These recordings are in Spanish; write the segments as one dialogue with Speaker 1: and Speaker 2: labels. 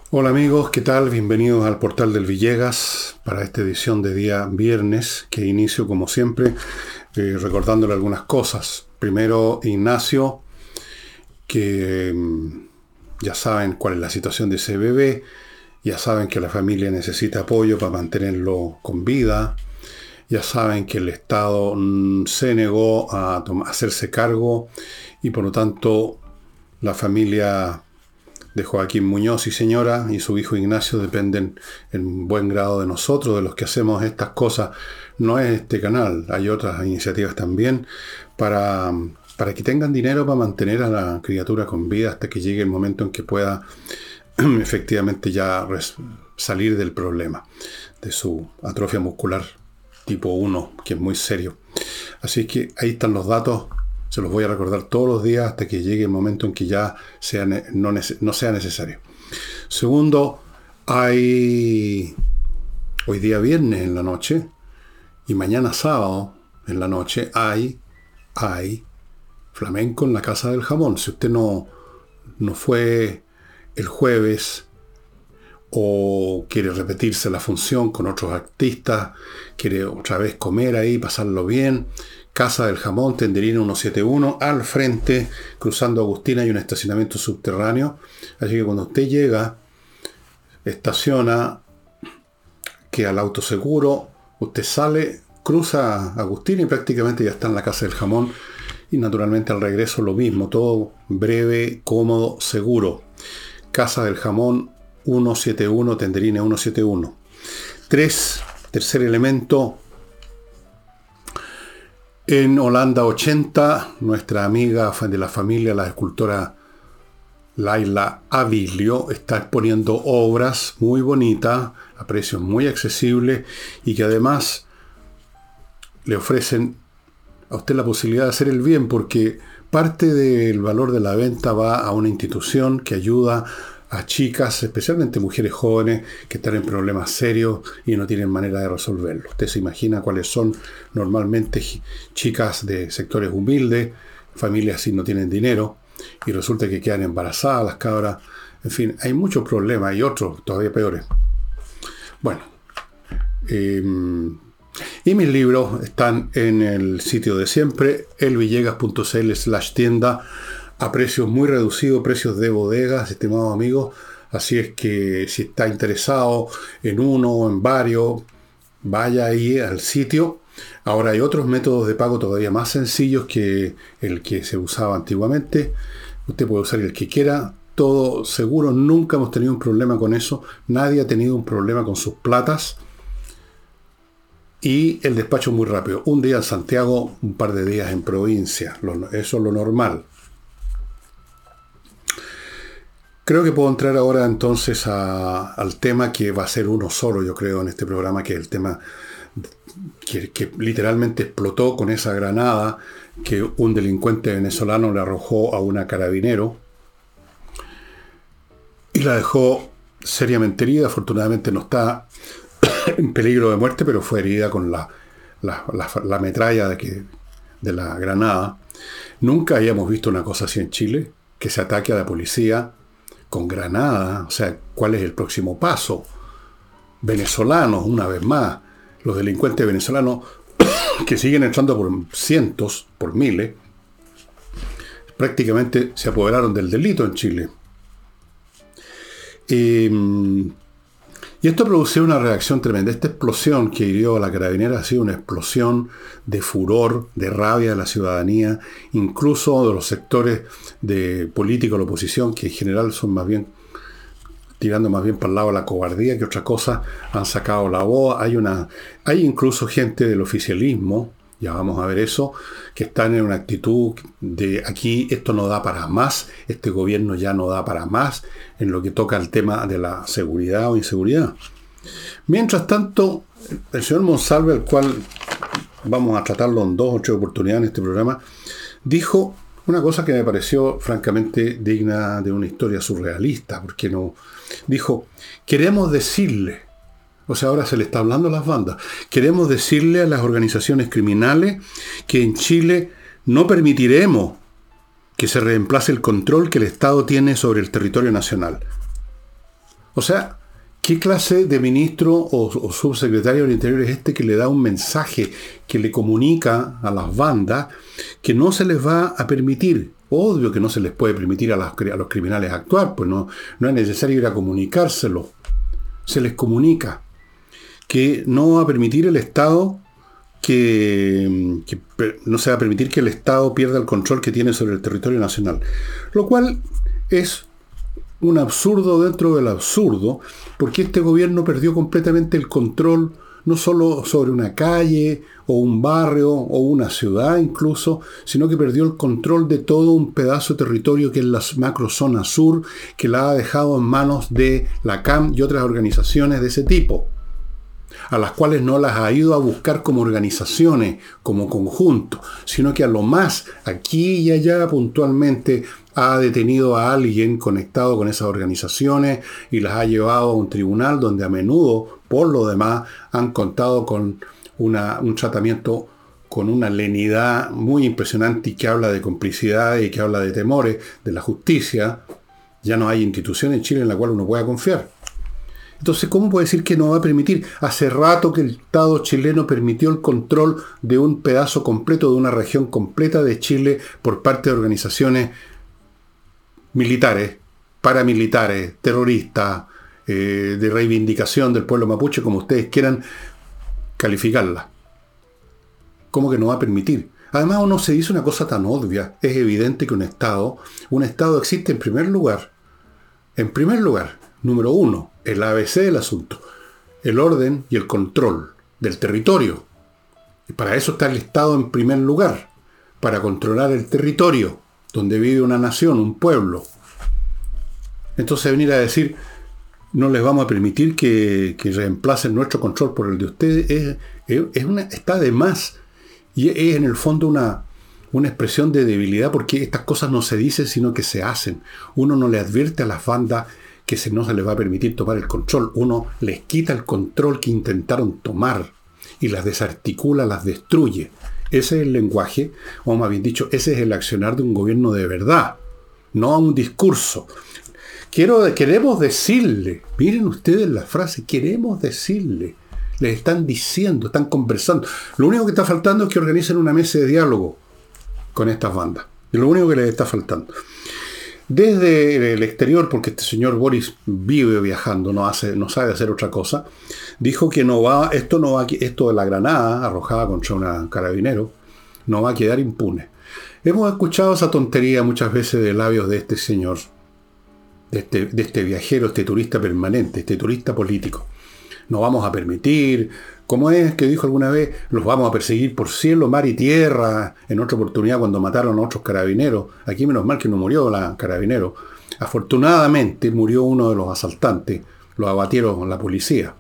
Speaker 1: Hola amigos, ¿qué tal? Bienvenidos al Portal del Villegas para esta edición de día viernes que inicio como siempre recordándole algunas cosas. Primero, Ignacio, que ya saben cuál es la situación de ese bebé, ya saben que la familia necesita apoyo para mantenerlo con vida, ya saben que el Estado se negó a hacerse cargo y por lo tanto la familia de Joaquín Muñoz y señora y su hijo Ignacio dependen en buen grado de nosotros, de los que hacemos estas cosas. No es este canal, hay otras iniciativas también para que tengan dinero para mantener a la criatura con vida hasta que llegue el momento en que pueda efectivamente ya salir del problema de su atrofia muscular tipo 1, que es muy serio. Así que ahí están los datos. Se los voy a recordar todos los días hasta que llegue el momento en que ya no sea necesario. Segundo, hay hoy día viernes en la noche y mañana sábado en la noche hay flamenco en la Casa del Jamón. Si usted no fue el jueves o quiere repetirse la función con otros artistas, quiere otra vez comer ahí, pasarlo bien, Casa del Jamón, Tenderina 171, al frente, cruzando Agustina, hay un estacionamiento subterráneo. Así que cuando usted llega, estaciona, queda al auto seguro, usted sale, cruza Agustina y prácticamente ya está en la Casa del Jamón. Y naturalmente al regreso lo mismo, todo breve, cómodo, seguro. Casa del Jamón 171, Tenderina 171. Tercer elemento. En Holanda 80, nuestra amiga de la familia, la escultora Laila Avilio, está exponiendo obras muy bonitas, a precios muy accesibles y que además le ofrecen a usted la posibilidad de hacer el bien, porque parte del valor de la venta va a una institución que ayuda a chicas, especialmente mujeres jóvenes, que están en problemas serios y no tienen manera de resolverlo. Usted se imagina cuáles son normalmente chicas de sectores humildes, familias si no tienen dinero, y resulta que quedan embarazadas las cabras. En fin, hay muchos problemas y otros todavía peores. Bueno, y mis libros están en el sitio de siempre, elvillegas.cl/tienda, a precios muy reducidos, precios de bodegas, estimados amigos. Así es que si está interesado en uno o en varios, vaya ahí al sitio. Ahora hay otros métodos de pago todavía más sencillos que el que se usaba antiguamente. Usted puede usar el que quiera, todo seguro, nunca hemos tenido un problema con eso. Nadie ha tenido un problema con sus platas. Y el despacho muy rápido. Un día en Santiago, un par de días en provincia. Eso es lo normal. Creo que puedo entrar ahora entonces al tema que va a ser uno solo, yo creo, en este programa, que es el tema que literalmente explotó con esa granada que un delincuente venezolano le arrojó a una carabinero y la dejó seriamente herida. Afortunadamente no está en peligro de muerte, pero fue herida con la metralla de la granada. Nunca habíamos visto una cosa así en Chile, que se ataque a la policía con granada. O sea, ¿cuál es el próximo paso? Venezolanos, una vez más, los delincuentes venezolanos que siguen entrando por cientos, por miles, prácticamente se apoderaron del delito en Chile. Y esto produjo una reacción tremenda. Esta explosión que hirió a la carabinera ha sido una explosión de furor, de rabia de la ciudadanía, incluso de los sectores de políticos de la oposición, que en general son más bien, tirando más bien para el lado de la cobardía que otra cosa, han sacado la voz. Hay incluso gente del oficialismo, ya vamos a ver eso, que están en una actitud de aquí esto no da para más, este gobierno ya no da para más en lo que toca al tema de la seguridad o inseguridad. Mientras tanto, el señor Monsalve, al cual vamos a tratarlo en 2 o 3 oportunidades en este programa, dijo una cosa que me pareció francamente digna de una historia surrealista, porque no dijo, queremos decirle, o sea, ahora se le está hablando a las bandas, queremos decirle a las organizaciones criminales que en Chile no permitiremos que se reemplace el control que el Estado tiene sobre el territorio nacional. O sea, ¿qué clase de ministro o subsecretario del Interior es este que le da un mensaje, que le comunica a las bandas que no se les va a permitir? Obvio que no se les puede permitir a los criminales actuar, pues no es necesario ir a comunicárselo. Se les comunica que no va a permitir el Estado que no se va a permitir que el Estado pierda el control que tiene sobre el territorio nacional. Lo cual es un absurdo dentro del absurdo, porque este gobierno perdió completamente el control, no solo sobre una calle, o un barrio, o una ciudad incluso, sino que perdió el control de todo un pedazo de territorio que es la macrozona sur, que la ha dejado en manos de la CAM y otras organizaciones de ese tipo, a las cuales no las ha ido a buscar como organizaciones, como conjunto, sino que a lo más, aquí y allá puntualmente, ha detenido a alguien conectado con esas organizaciones y las ha llevado a un tribunal donde a menudo, por lo demás, han contado con un tratamiento con una lenidad muy impresionante y que habla de complicidad y que habla de temores de la justicia. Ya no hay institución en Chile en la cual uno pueda confiar. Entonces, ¿cómo puede decir que no va a permitir? Hace rato que el Estado chileno permitió el control de un pedazo completo, de una región completa de Chile por parte de organizaciones militares, paramilitares, terroristas, de reivindicación del pueblo mapuche, como ustedes quieran calificarla. ¿Cómo que no va a permitir? Además, uno se dice una cosa tan obvia. Es evidente que un Estado existe en primer lugar, número uno, el ABC del asunto, el orden y el control del territorio. Y para eso está el Estado en primer lugar, para controlar el territorio donde vive una nación, un pueblo. Entonces venir a decir, no les vamos a permitir que reemplacen nuestro control por el de ustedes, está de más. Y es en el fondo una expresión de debilidad, porque estas cosas no se dicen, sino que se hacen. Uno no le advierte a las bandas que no se les va a permitir tomar el control. Uno les quita el control que intentaron tomar y las desarticula, las destruye. Ese es el lenguaje, o más bien dicho, ese es el accionar de un gobierno de verdad, no a un discurso. Queremos decirle, miren ustedes la frase, queremos decirle, les están diciendo, están conversando. Lo único que está faltando es que organicen una mesa de diálogo con estas bandas. Es lo único que les está faltando. Desde el exterior, porque este señor Boris vive viajando, no sabe hacer otra cosa, dijo que esto de la granada arrojada contra un carabinero no va a quedar impune. Hemos escuchado esa tontería muchas veces de labios de este señor, de este viajero, este turista permanente, este turista político. No vamos a permitir, como es que dijo alguna vez, los vamos a perseguir por cielo, mar y tierra, en otra oportunidad cuando mataron a otros carabineros. Aquí menos mal que no murió la carabinero. Afortunadamente murió uno de los asaltantes, lo abatieron la policía.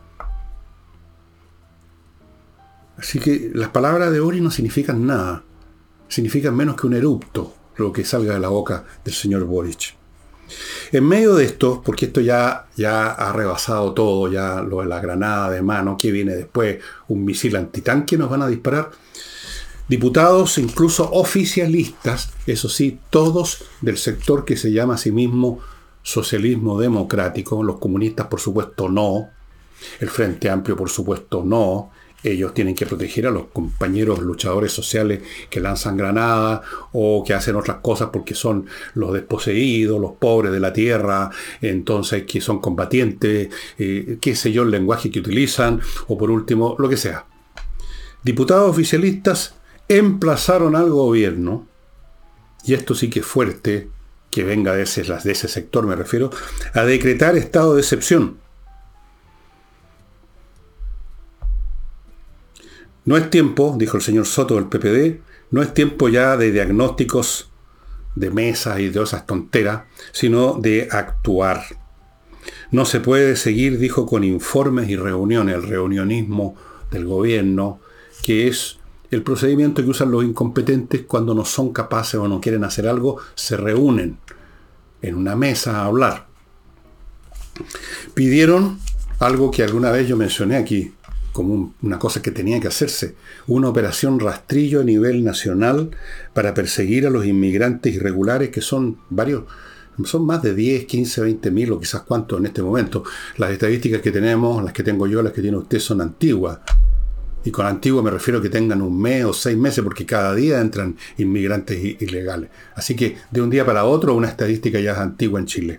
Speaker 1: Así que las palabras de Boris no significan nada, significan menos que un erupto, lo que salga de la boca del señor Boric. En medio de esto, porque esto ya ha rebasado todo, ya lo de la granada de mano, que viene después, un misil antitanque nos van a disparar, diputados, incluso oficialistas, eso sí, todos del sector que se llama a sí mismo socialismo democrático, los comunistas por supuesto no, el Frente Amplio por supuesto no, ellos tienen que proteger a los compañeros luchadores sociales que lanzan granadas o que hacen otras cosas porque son los desposeídos, los pobres de la tierra, entonces que son combatientes, qué sé yo, el lenguaje que utilizan, o por último, lo que sea. Diputados oficialistas emplazaron al gobierno, y esto sí que es fuerte, que venga de ese sector me refiero, a decretar estado de excepción. No es tiempo, dijo el señor Soto del PPD, no es tiempo ya de diagnósticos de mesas y de esas tonteras, sino de actuar. No se puede seguir, dijo, con informes y reuniones, el reunionismo del gobierno, que es el procedimiento que usan los incompetentes cuando no son capaces o no quieren hacer algo, se reúnen en una mesa a hablar. Pidieron algo que alguna vez yo mencioné aquí, como una cosa que tenía que hacerse, una operación rastrillo a nivel nacional para perseguir a los inmigrantes irregulares, que son varios, Son más de 10, 15, 20 mil o quizás cuántos en este momento. Las estadísticas que tenemos, las que tengo yo, las que tiene usted, son antiguas. Y con antiguo me refiero a que tengan un mes o 6 meses, porque cada día entran inmigrantes ilegales. Así que de un día para otro una estadística ya es antigua en Chile.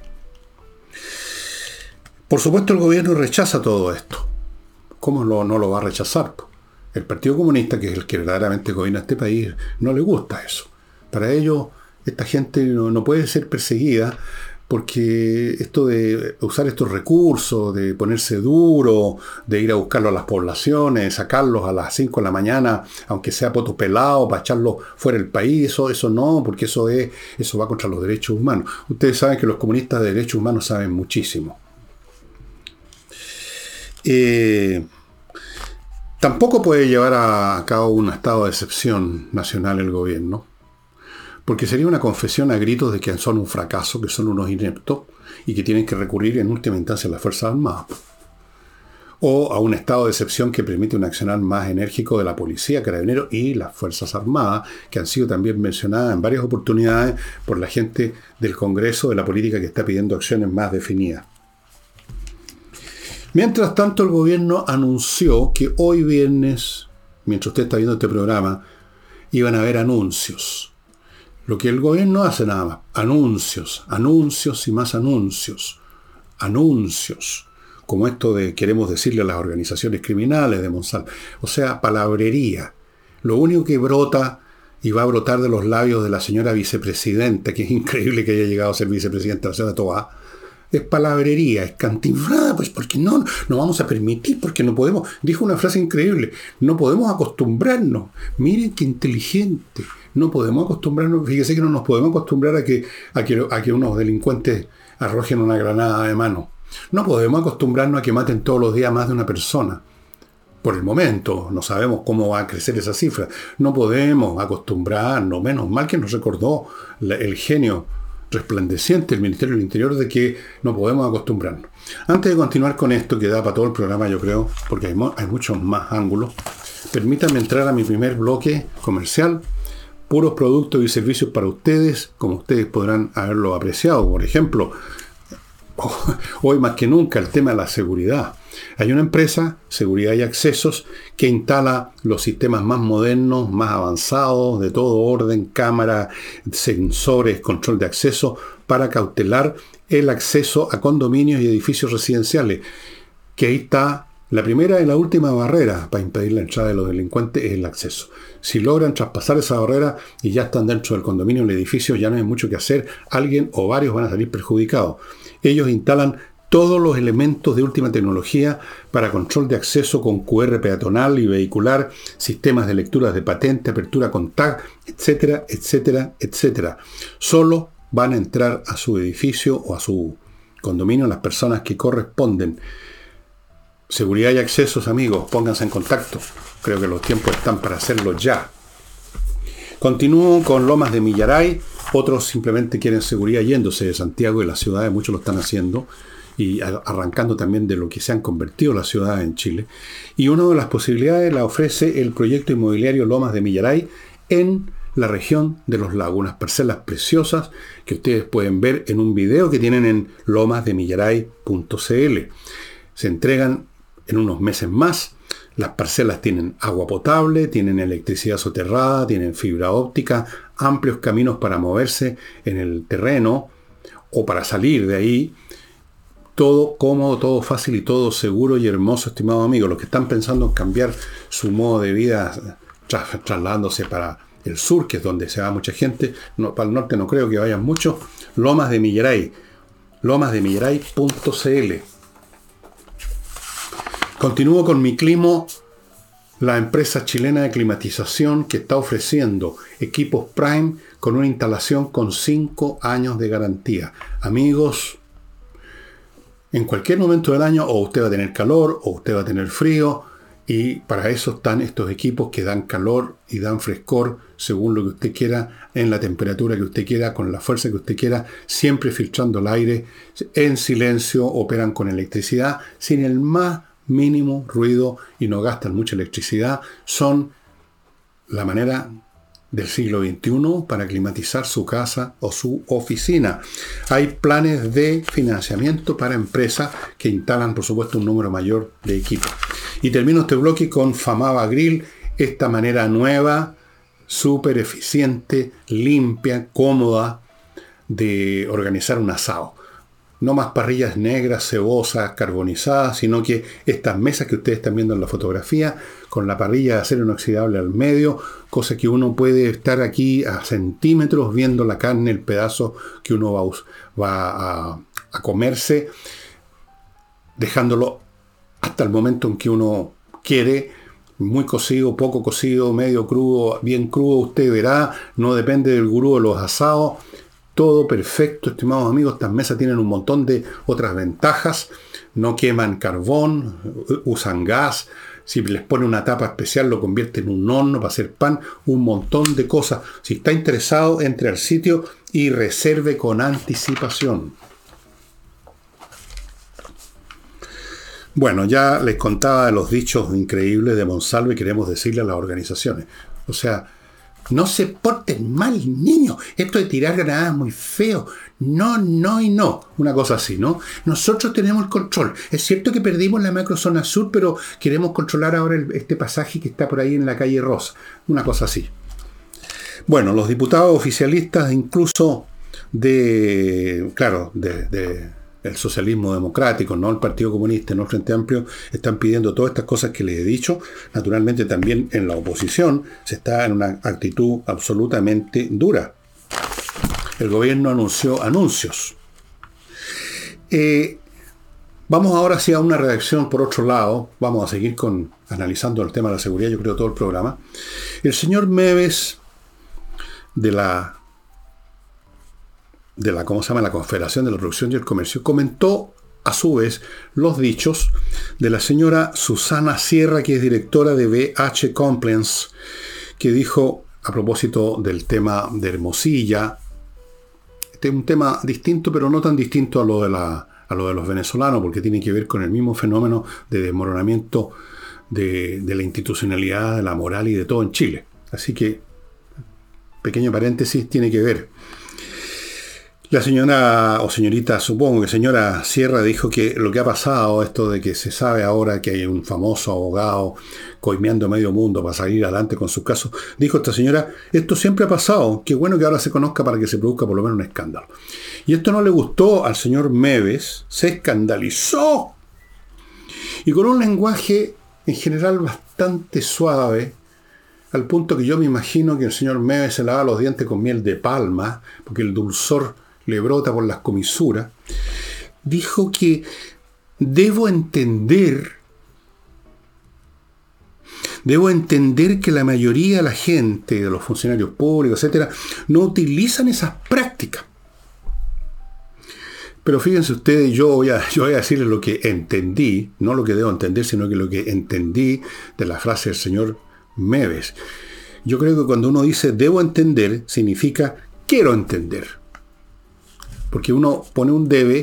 Speaker 1: Por supuesto el gobierno rechaza todo esto. ¿Cómo no lo va a rechazar? El Partido Comunista, que es el que verdaderamente gobierna este país, no le gusta eso. Para ellos, esta gente no puede ser perseguida porque esto de usar estos recursos, de ponerse duro, de ir a buscarlo a las poblaciones, sacarlos a las 5 de la mañana, aunque sea poto pelado, para echarlos fuera del país, eso no, porque eso va contra los derechos humanos. Ustedes saben que los comunistas de derechos humanos saben muchísimo. Tampoco puede llevar a cabo un estado de excepción nacional el gobierno, porque sería una confesión a gritos de que son un fracaso, que son unos ineptos y que tienen que recurrir en última instancia a las Fuerzas Armadas. O a un estado de excepción que permite un accionar más enérgico de la policía, carabineros y las Fuerzas Armadas, que han sido también mencionadas en varias oportunidades por la gente del Congreso de la política que está pidiendo acciones más definidas. Mientras tanto, el gobierno anunció que hoy viernes, mientras usted está viendo este programa, iban a haber anuncios. Lo que el gobierno hace nada más, anuncios y más anuncios. Anuncios, como esto de queremos decirle a las organizaciones criminales de Monsalve. O sea, palabrería. Lo único que brota y va a brotar de los labios de la señora vicepresidenta, que es increíble que haya llegado a ser vicepresidenta, la señora Tobá, es palabrería, es cantinflada, pues porque no vamos a permitir, porque no podemos. Dijo una frase increíble, no podemos acostumbrarnos. Miren qué inteligente. No podemos acostumbrarnos, fíjese que no nos podemos acostumbrar a que unos delincuentes arrojen una granada de mano. No podemos acostumbrarnos a que maten todos los días más de una persona. Por el momento, no sabemos cómo va a crecer esa cifra. No podemos acostumbrarnos, menos mal que nos recordó el genio resplandeciente del Ministerio del Interior de que no podemos acostumbrarnos. Antes de continuar con esto, que da para todo el programa, yo creo, porque hay muchos más ángulos, permítanme entrar a mi primer bloque comercial. Puros productos y servicios para ustedes, como ustedes podrán haberlo apreciado. Por ejemplo, hoy más que nunca el tema de la seguridad. Hay una empresa, Seguridad y Accesos, que instala los sistemas más modernos, más avanzados, de todo orden, cámaras, sensores, control de acceso, para cautelar el acceso a condominios y edificios residenciales. Que ahí está la primera y la última barrera para impedir la entrada de los delincuentes, es el acceso. Si logran traspasar esa barrera y ya están dentro del condominio o el edificio, ya no hay mucho que hacer. Alguien o varios van a salir perjudicados. Ellos instalan todos los elementos de última tecnología para control de acceso con QR peatonal y vehicular, sistemas de lecturas de patente, apertura con tag, etcétera, etcétera, etcétera. Solo van a entrar a su edificio o a su condominio las personas que corresponden. Seguridad y Accesos, amigos, pónganse en contacto. Creo que los tiempos están para hacerlo ya. Continúo con Lomas de Millaray. Otros simplemente quieren seguridad yéndose de Santiago y las ciudades, muchos lo están haciendo, y arrancando también de lo que se han convertido las ciudades en Chile. Y una de las posibilidades la ofrece el proyecto inmobiliario Lomas de Millaray en la región de Los Lagos. Unas parcelas preciosas que ustedes pueden ver en un video que tienen en lomasdemillaray.cl. Se entregan en unos meses más. Las parcelas tienen agua potable, tienen electricidad soterrada, tienen fibra óptica, amplios caminos para moverse en el terreno o para salir de ahí. Todo cómodo, todo fácil y todo seguro y hermoso, estimados amigos. Los que están pensando en cambiar su modo de vida trasladándose para el sur, que es donde se va mucha gente, para el norte no creo que vayan mucho. Lomas de Millaray, lomasdemillaray.cl. Continúo con Miclimo, la empresa chilena de climatización que está ofreciendo equipos Prime con una instalación con 5 años de garantía. Amigos, en cualquier momento del año o usted va a tener calor o usted va a tener frío, y para eso están estos equipos que dan calor y dan frescor según lo que usted quiera, en la temperatura que usted quiera, con la fuerza que usted quiera, siempre filtrando el aire, en silencio, operan con electricidad, sin el más mínimo ruido y no gastan mucha electricidad. Son la manera del siglo XXI para climatizar su casa o su oficina. Hay planes de financiamiento para empresas que instalan, por supuesto, un número mayor de equipos. Y termino este bloque con Famaba Grill, esta manera nueva, súper eficiente, limpia, cómoda de organizar un asado. No más parrillas negras, cebosas, carbonizadas, sino que estas mesas que ustedes están viendo en la fotografía, con la parrilla de acero inoxidable al medio, cosa que uno puede estar aquí a centímetros viendo la carne, el pedazo que uno va a comerse, dejándolo hasta el momento en que uno quiere, muy cocido, poco cocido, medio crudo, bien crudo, usted verá, no depende del gurú de los asados. Todo perfecto, estimados amigos. Estas mesas tienen un montón de otras ventajas. No queman carbón, usan gas. Si les pone una tapa especial, lo convierte en un horno para hacer pan. Un montón de cosas. Si está interesado, entre al sitio y reserve con anticipación. Bueno, ya les contaba de los dichos increíbles de Monsalve. Queremos decirle a las organizaciones. O sea, no se porten mal, niños. Esto de tirar granadas es muy feo. No, no y no. Una cosa así, ¿no? Nosotros tenemos el control. Es cierto que perdimos la macrozona sur, pero queremos controlar ahora este pasaje que está por ahí en la calle Rosa. Una cosa así. Bueno, los diputados oficialistas, incluso del socialismo democrático, no el Partido Comunista, no el Frente Amplio, están pidiendo todas estas cosas que les he dicho. Naturalmente también en la oposición se está en una actitud absolutamente dura. El gobierno anunció anuncios. Vamos ahora hacia una redacción por otro lado. Vamos a seguir analizando el tema de la seguridad, yo creo, todo el programa. El señor Meves de la la Confederación de la Producción y el Comercio, comentó a su vez los dichos de la señora Susana Sierra, que es directora de BH Compliance, que dijo a propósito del tema de Hermosilla, un tema distinto, pero no tan distinto a lo de los venezolanos, porque tiene que ver con el mismo fenómeno de desmoronamiento de la institucionalidad, de la moral y de todo en Chile. Así que, pequeño paréntesis, tiene que ver. La señora, o señorita, supongo que señora Sierra, dijo que lo que ha pasado, esto de que se sabe ahora que hay un famoso abogado coimeando medio mundo para salir adelante con sus casos, dijo esta señora, esto siempre ha pasado, qué bueno que ahora se conozca para que se produzca por lo menos un escándalo. Y esto no le gustó al señor Meves, se escandalizó, y con un lenguaje en general bastante suave, al punto que yo me imagino que el señor Meves se lava los dientes con miel de palma, porque el dulzor le brota por las comisuras, dijo que debo entender que la mayoría de la gente, de los funcionarios públicos, etcétera, no utilizan esas prácticas. Pero fíjense ustedes, yo voy a decirles lo que entendí, no lo que debo entender, sino que lo que entendí de la frase del señor Meves. Yo creo que cuando uno dice debo entender, significa quiero entender. Porque uno pone un debe,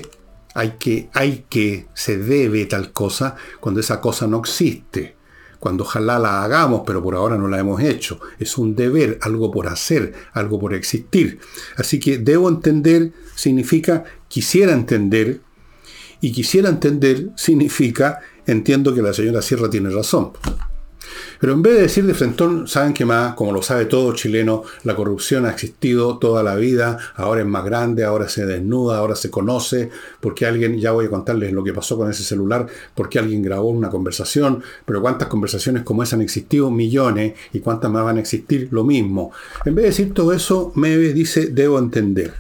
Speaker 1: se debe tal cosa, cuando esa cosa no existe. Cuando ojalá la hagamos, pero por ahora no la hemos hecho. Es un deber, algo por hacer, algo por existir. Así que debo entender significa quisiera entender, y quisiera entender significa entiendo que la señora Sierra tiene razón. Pero en vez de decir de frentón, saben que más, como lo sabe todo chileno, la corrupción ha existido toda la vida, ahora es más grande, ahora se desnuda, ahora se conoce, porque alguien, ya voy a contarles lo que pasó con ese celular, porque alguien grabó una conversación, pero cuántas conversaciones como esa han existido, millones, y cuántas más van a existir, lo mismo. En vez de decir todo eso, Meves dice, debo entender.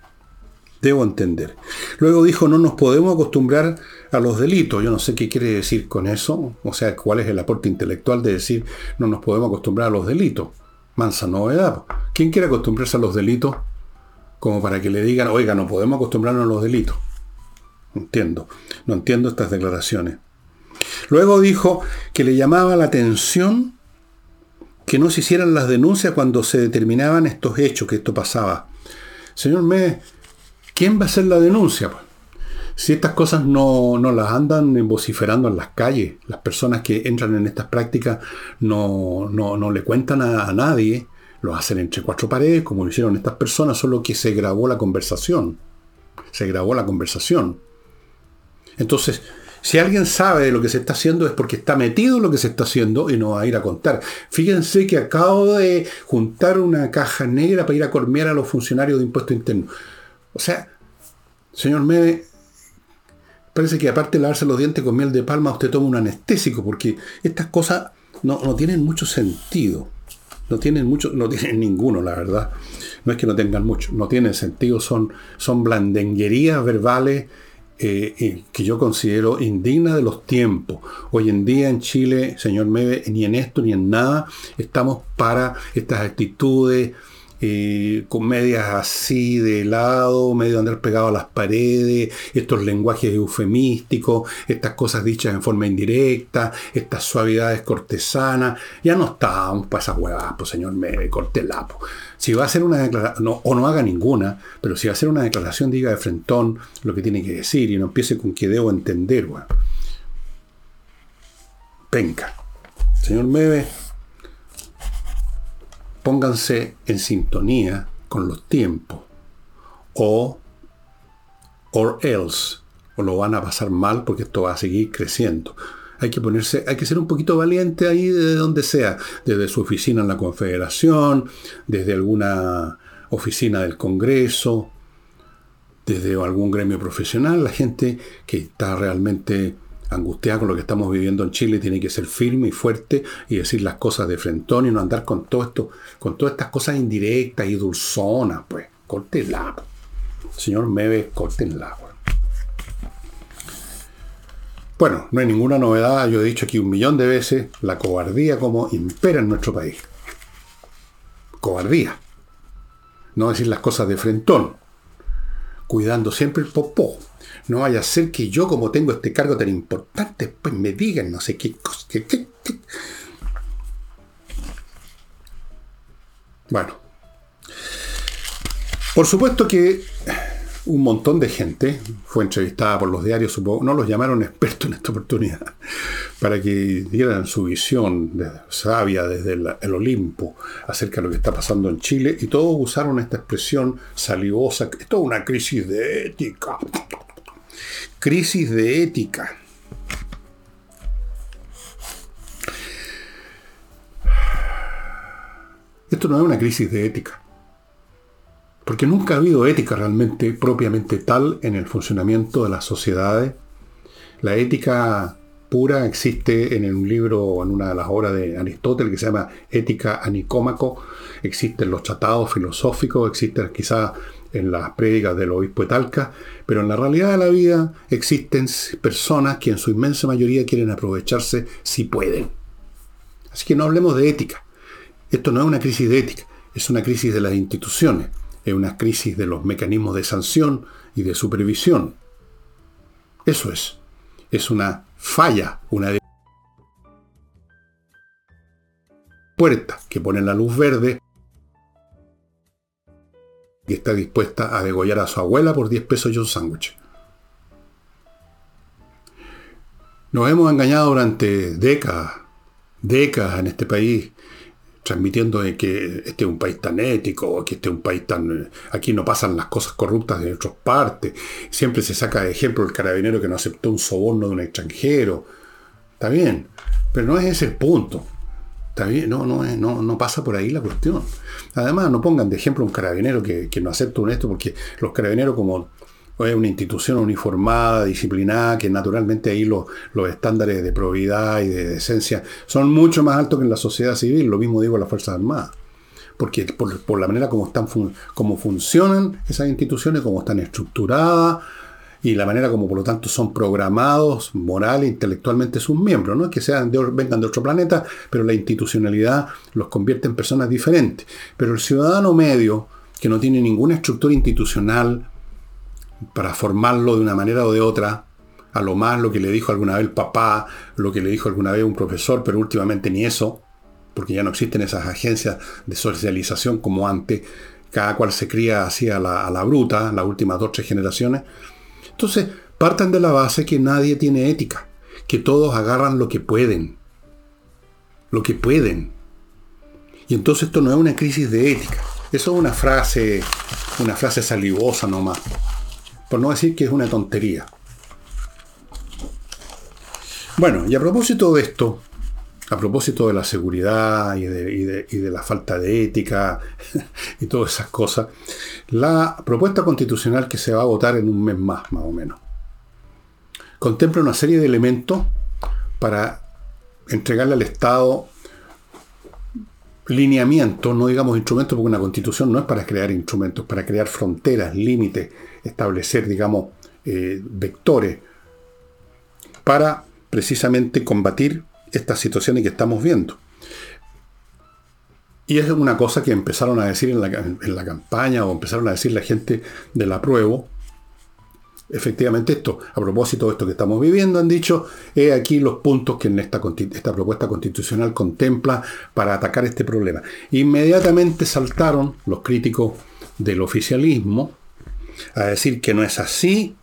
Speaker 1: Luego dijo, no nos podemos acostumbrar a los delitos. Yo no sé qué quiere decir con eso. O sea, cuál es el aporte intelectual de decir, no nos podemos acostumbrar a los delitos. Mansa novedad. ¿Quién quiere acostumbrarse a los delitos? Como para que le digan, oiga, no podemos acostumbrarnos a los delitos. No entiendo estas declaraciones. Luego dijo que le llamaba la atención que no se hicieran las denuncias cuando se determinaban estos hechos, que esto pasaba. Señor Meves, ¿quién va a hacer la denuncia? Si estas cosas no las andan vociferando en las calles, las personas que entran en estas prácticas no le cuentan a nadie, Lo hacen entre cuatro paredes, como lo hicieron estas personas, solo que se grabó la conversación. Se grabó la conversación. Entonces, si alguien sabe de lo que se está haciendo es porque está metido en lo que se está haciendo y no va a ir a contar. Fíjense que acabo de juntar una caja negra para ir a cormear a los funcionarios de impuesto interno. O sea, señor Mede, parece que aparte de lavarse los dientes con miel de palma, usted toma un anestésico, porque estas cosas no tienen mucho sentido. No tienen ninguno, la verdad. No es que no tengan mucho, no tienen sentido, son blandenguerías verbales que yo considero indignas de los tiempos. Hoy en día en Chile, señor Mede, ni en esto ni en nada estamos para estas actitudes con medias así de lado, medio andar pegado a las paredes, estos lenguajes eufemísticos, estas cosas dichas en forma indirecta, estas suavidades cortesanas. Ya no estamos para esas huevadas, pues señor Mede, córtela, pues. Si va a hacer una declaración, o no haga ninguna, pero si va a hacer una declaración, diga de frentón lo que tiene que decir y no empiece con que debo entender, bueno. Penca. Señor Mede, pónganse en sintonía con los tiempos, or else, o lo van a pasar mal porque esto va a seguir creciendo. Hay que ser un poquito valiente ahí de donde sea, desde su oficina en la Confederación, desde alguna oficina del Congreso, desde algún gremio profesional. La gente que está realmente angustiada con lo que estamos viviendo en Chile tiene que ser firme y fuerte y decir las cosas de frentón y no andar con todo esto, con todas estas cosas indirectas y dulzonas, pues. Córtenla. Señor Mede, córtenla. Bueno, no hay ninguna novedad. Yo he dicho aquí 1.000.000 de veces la cobardía como impera en nuestro país. Cobardía. No decir las cosas de frentón. Cuidando siempre el popó. No vaya a ser que yo, como tengo este cargo tan importante, pues me digan no sé qué cosa. Bueno. Por supuesto que un montón de gente fue entrevistada por los diarios, supongo, no los llamaron expertos en esta oportunidad, para que dieran su visión sabia desde el Olimpo acerca de lo que está pasando en Chile, y todos usaron esta expresión salivosa. Esto es una crisis de ética. Crisis de ética. Esto no es una crisis de ética. Porque nunca ha habido ética realmente, propiamente tal, en el funcionamiento de las sociedades. La ética pura existe en un libro, en una de las obras de Aristóteles, que se llama Ética a Nicómaco. Existen los tratados filosóficos, existen quizás en las prédicas del obispo de Talca, pero en la realidad de la vida existen personas que en su inmensa mayoría quieren aprovecharse si pueden. Así que no hablemos de ética. Esto no es una crisis de ética, es una crisis de las instituciones. Es una crisis de los mecanismos de sanción y de supervisión. Eso es. Es una falla, una puerta que pone la luz verde y está dispuesta a degollar a su abuela por 10 pesos y un sándwich. Nos hemos engañado durante décadas en este país, transmitiendo de que este es un país tan ético, que este es un país tan... Aquí no pasan las cosas corruptas de otras partes. Siempre se saca de ejemplo el carabinero que no aceptó un soborno de un extranjero. Está bien, pero no es ese el punto. Está bien, no pasa por ahí la cuestión. Además, no pongan de ejemplo un carabinero que no acepta un esto, porque los carabineros, como es una institución uniformada, disciplinada, que naturalmente ahí los estándares de probidad y de decencia son mucho más altos que en la sociedad civil. Lo mismo digo a las Fuerzas Armadas. Porque por la manera como funcionan esas instituciones, como están estructuradas, y la manera como por lo tanto son programados moral e intelectualmente sus miembros. No es que vengan de otro planeta, pero la institucionalidad los convierte en personas diferentes. Pero el ciudadano medio, que no tiene ninguna estructura institucional para formarlo de una manera o de otra, a lo más lo que le dijo alguna vez el papá, lo que le dijo alguna vez un profesor, pero últimamente ni eso, porque ya no existen esas agencias de socialización como antes, cada cual se cría así a la bruta, las últimas 2 o 3 generaciones. Entonces, partan de la base que nadie tiene ética, que todos agarran lo que pueden. Lo que pueden. Y entonces esto no es una crisis de ética. Eso es una frase salivosa nomás. Por no decir que es una tontería. Bueno, y a propósito de esto, a propósito de la seguridad y de la falta de ética y todas esas cosas, la propuesta constitucional que se va a votar en un mes más o menos, contempla una serie de elementos para entregarle al Estado lineamientos, no digamos instrumentos, porque una constitución no es para crear instrumentos, para crear fronteras, límites, establecer, digamos, vectores, para precisamente combatir estas situaciones que estamos viendo. Y es una cosa que empezaron a decir en la campaña, o empezaron a decir la gente del apruebo. Efectivamente esto, a propósito de esto que estamos viviendo, han dicho, aquí los puntos que en esta propuesta constitucional contempla para atacar este problema. Inmediatamente saltaron los críticos del oficialismo a decir que no es así,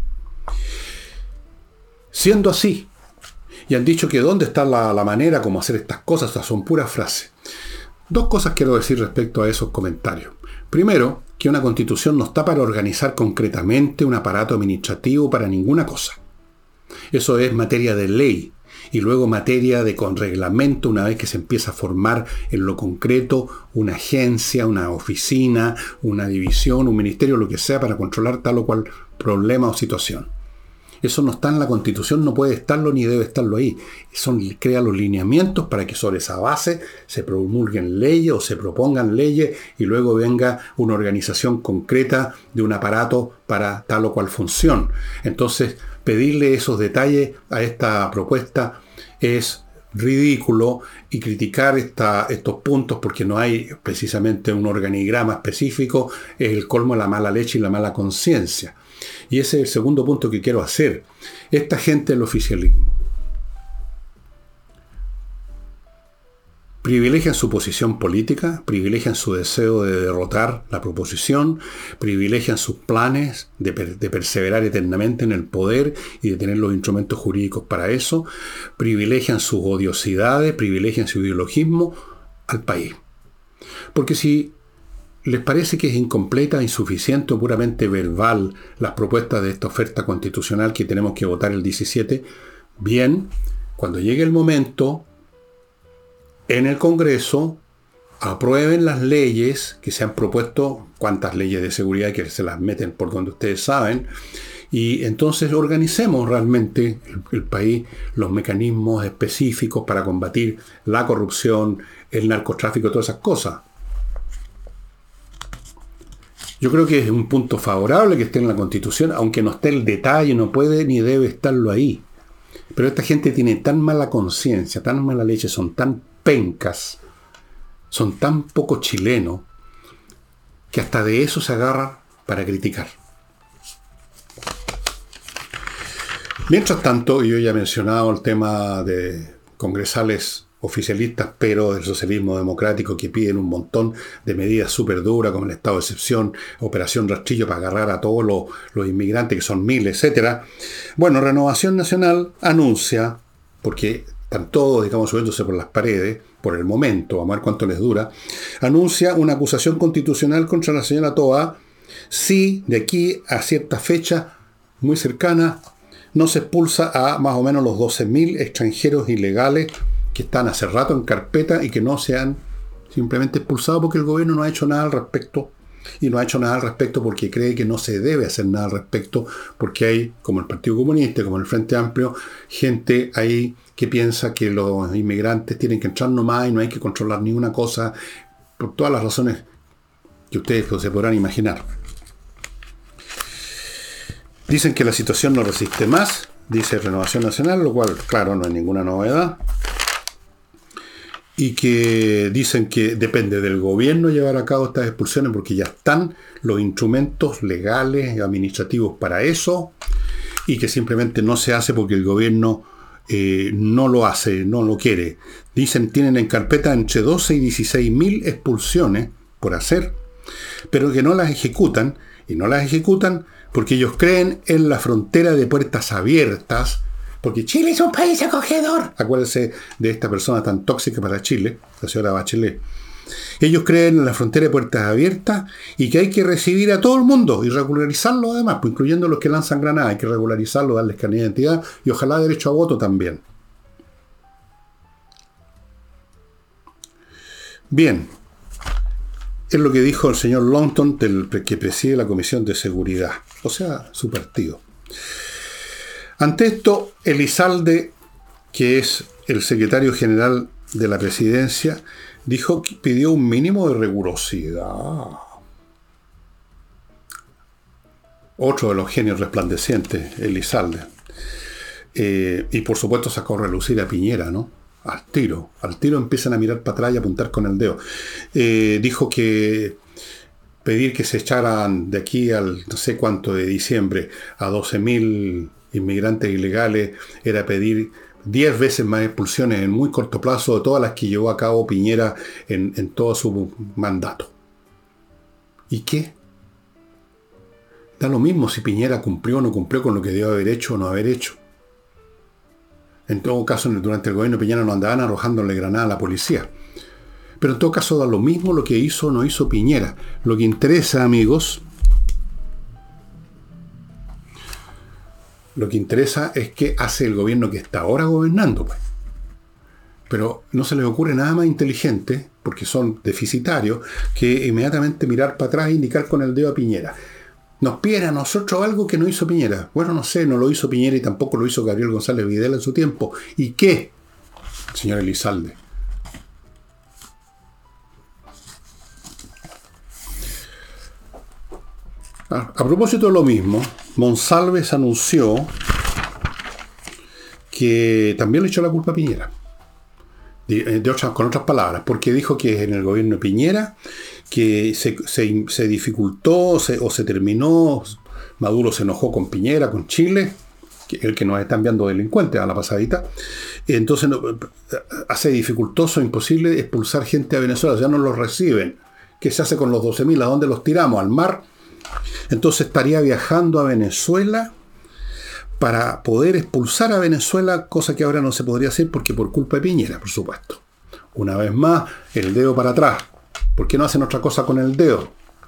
Speaker 1: siendo así. Y han dicho que dónde está la manera como hacer estas cosas. O sea, son puras frases. Dos cosas quiero decir respecto a esos comentarios. Primero, que una constitución no está para organizar concretamente un aparato administrativo para ninguna cosa. Eso es materia de ley. Y luego materia de con reglamento una vez que se empieza a formar en lo concreto una agencia, una oficina, una división, un ministerio, lo que sea, para controlar tal o cual problema o situación. Eso no está en la Constitución, no puede estarlo ni debe estarlo ahí. Crea los lineamientos para que sobre esa base se promulguen leyes o se propongan leyes y luego venga una organización concreta de un aparato para tal o cual función. Entonces, pedirle esos detalles a esta propuesta es ridículo, y criticar estos puntos porque no hay precisamente un organigrama específico es el colmo de la mala leche y la mala conciencia. Y ese es el segundo punto que quiero hacer. Esta gente del oficialismo privilegian su posición política, privilegian su deseo de derrotar la proposición, privilegian sus planes de perseverar eternamente en el poder y de tener los instrumentos jurídicos para eso, privilegian sus odiosidades, privilegian su ideologismo al país. Porque si les parece que es incompleta, insuficiente o puramente verbal las propuestas de esta oferta constitucional que tenemos que votar el 17, bien, cuando llegue el momento, en el Congreso aprueben las leyes que se han propuesto, cuántas leyes de seguridad que se las meten por donde ustedes saben, y entonces organicemos realmente el país, los mecanismos específicos para combatir la corrupción, el narcotráfico, todas esas cosas. Yo creo que es un punto favorable que esté en la Constitución, aunque no esté el detalle, no puede ni debe estarlo ahí. Pero esta gente tiene tan mala conciencia, tan mala leche, son tan pencas, son tan poco chilenos, que hasta de eso se agarran para criticar. Mientras tanto, yo ya he mencionado el tema de congresales oficialistas, pero del socialismo democrático, que piden un montón de medidas súper duras, como el estado de excepción, operación rastrillo para agarrar a todos los inmigrantes, que son miles, etc. Bueno, Renovación Nacional anuncia, porque están todos, digamos, subiéndose por las paredes, por el momento, vamos a ver cuánto les dura, anuncia una acusación constitucional contra la señora Toa si de aquí a cierta fecha muy cercana no se expulsa a más o menos los 12.000 extranjeros ilegales que están hace rato en carpeta y que no se han simplemente expulsado porque el gobierno no ha hecho nada al respecto. Y no ha hecho nada al respecto porque cree que no se debe hacer nada al respecto, porque hay, como el Partido Comunista, como el Frente Amplio, gente ahí que piensa que los inmigrantes tienen que entrar nomás y no hay que controlar ninguna cosa, por todas las razones que ustedes se podrán imaginar. Dicen que la situación no resiste más, dice Renovación Nacional, lo cual, claro, no es ninguna novedad. Y que dicen que depende del gobierno llevar a cabo estas expulsiones porque ya están los instrumentos legales y administrativos para eso, y que simplemente no se hace porque el gobierno no lo hace, no lo quiere. Dicen tienen en carpeta entre 12 y 16.000 expulsiones por hacer, pero que no las ejecutan, y no las ejecutan porque ellos creen en la frontera de puertas abiertas, porque Chile es un país acogedor. Acuérdense de esta persona tan tóxica para Chile, la señora Bachelet. Ellos creen en la frontera de puertas abiertas y que hay que recibir a todo el mundo y regularizarlo además, pues incluyendo los que lanzan granadas, hay que regularizarlo, darles carnet de identidad y ojalá derecho a voto también. Bien, es lo que dijo el señor Longton, que preside la Comisión de Seguridad, o sea, su partido. Ante esto, Elizalde, que es el secretario general de la presidencia, dijo que pidió un mínimo de rigurosidad. Otro de los genios resplandecientes, Elizalde. Y por supuesto sacó a relucir a Piñera, ¿no? Al tiro empiezan a mirar para atrás y apuntar con el dedo. Dijo que pedir que se echaran de aquí al no sé cuánto de diciembre a 12.000 inmigrantes ilegales era pedir 10 veces más expulsiones en muy corto plazo de todas las que llevó a cabo Piñera en todo su mandato. ¿Y qué? Da lo mismo si Piñera cumplió o no cumplió con lo que debió haber hecho o no haber hecho. En todo caso, durante el gobierno de Piñera no andaban arrojándole granada a la policía. Pero en todo caso da lo mismo lo que hizo o no hizo Piñera. Lo que interesa, amigos, lo que interesa es qué hace el gobierno que está ahora gobernando, pues. Pero no se les ocurre nada más inteligente, porque son deficitarios, que inmediatamente mirar para atrás e indicar con el dedo a Piñera. Nos piden a nosotros algo que no hizo Piñera. Bueno, no sé, no lo hizo Piñera y tampoco lo hizo Gabriel González Videla en su tiempo. ¿Y qué, señor Elizalde? A propósito de lo mismo, Monsalves anunció que también le echó la culpa a Piñera. Con otras palabras, porque dijo que en el gobierno de Piñera que se dificultó o se terminó, Maduro se enojó con Piñera, con Chile, el que nos está enviando delincuentes a la pasadita, entonces hace dificultoso, imposible expulsar gente a Venezuela, ya no los reciben. ¿Qué se hace con los 12.000? ¿A dónde los tiramos? ¿Al mar? Entonces estaría viajando a Venezuela para poder expulsar a Venezuela, cosa que ahora no se podría hacer porque por culpa de Piñera, por supuesto. Una vez más, el dedo para atrás. ¿Por qué no hacen otra cosa con el dedo?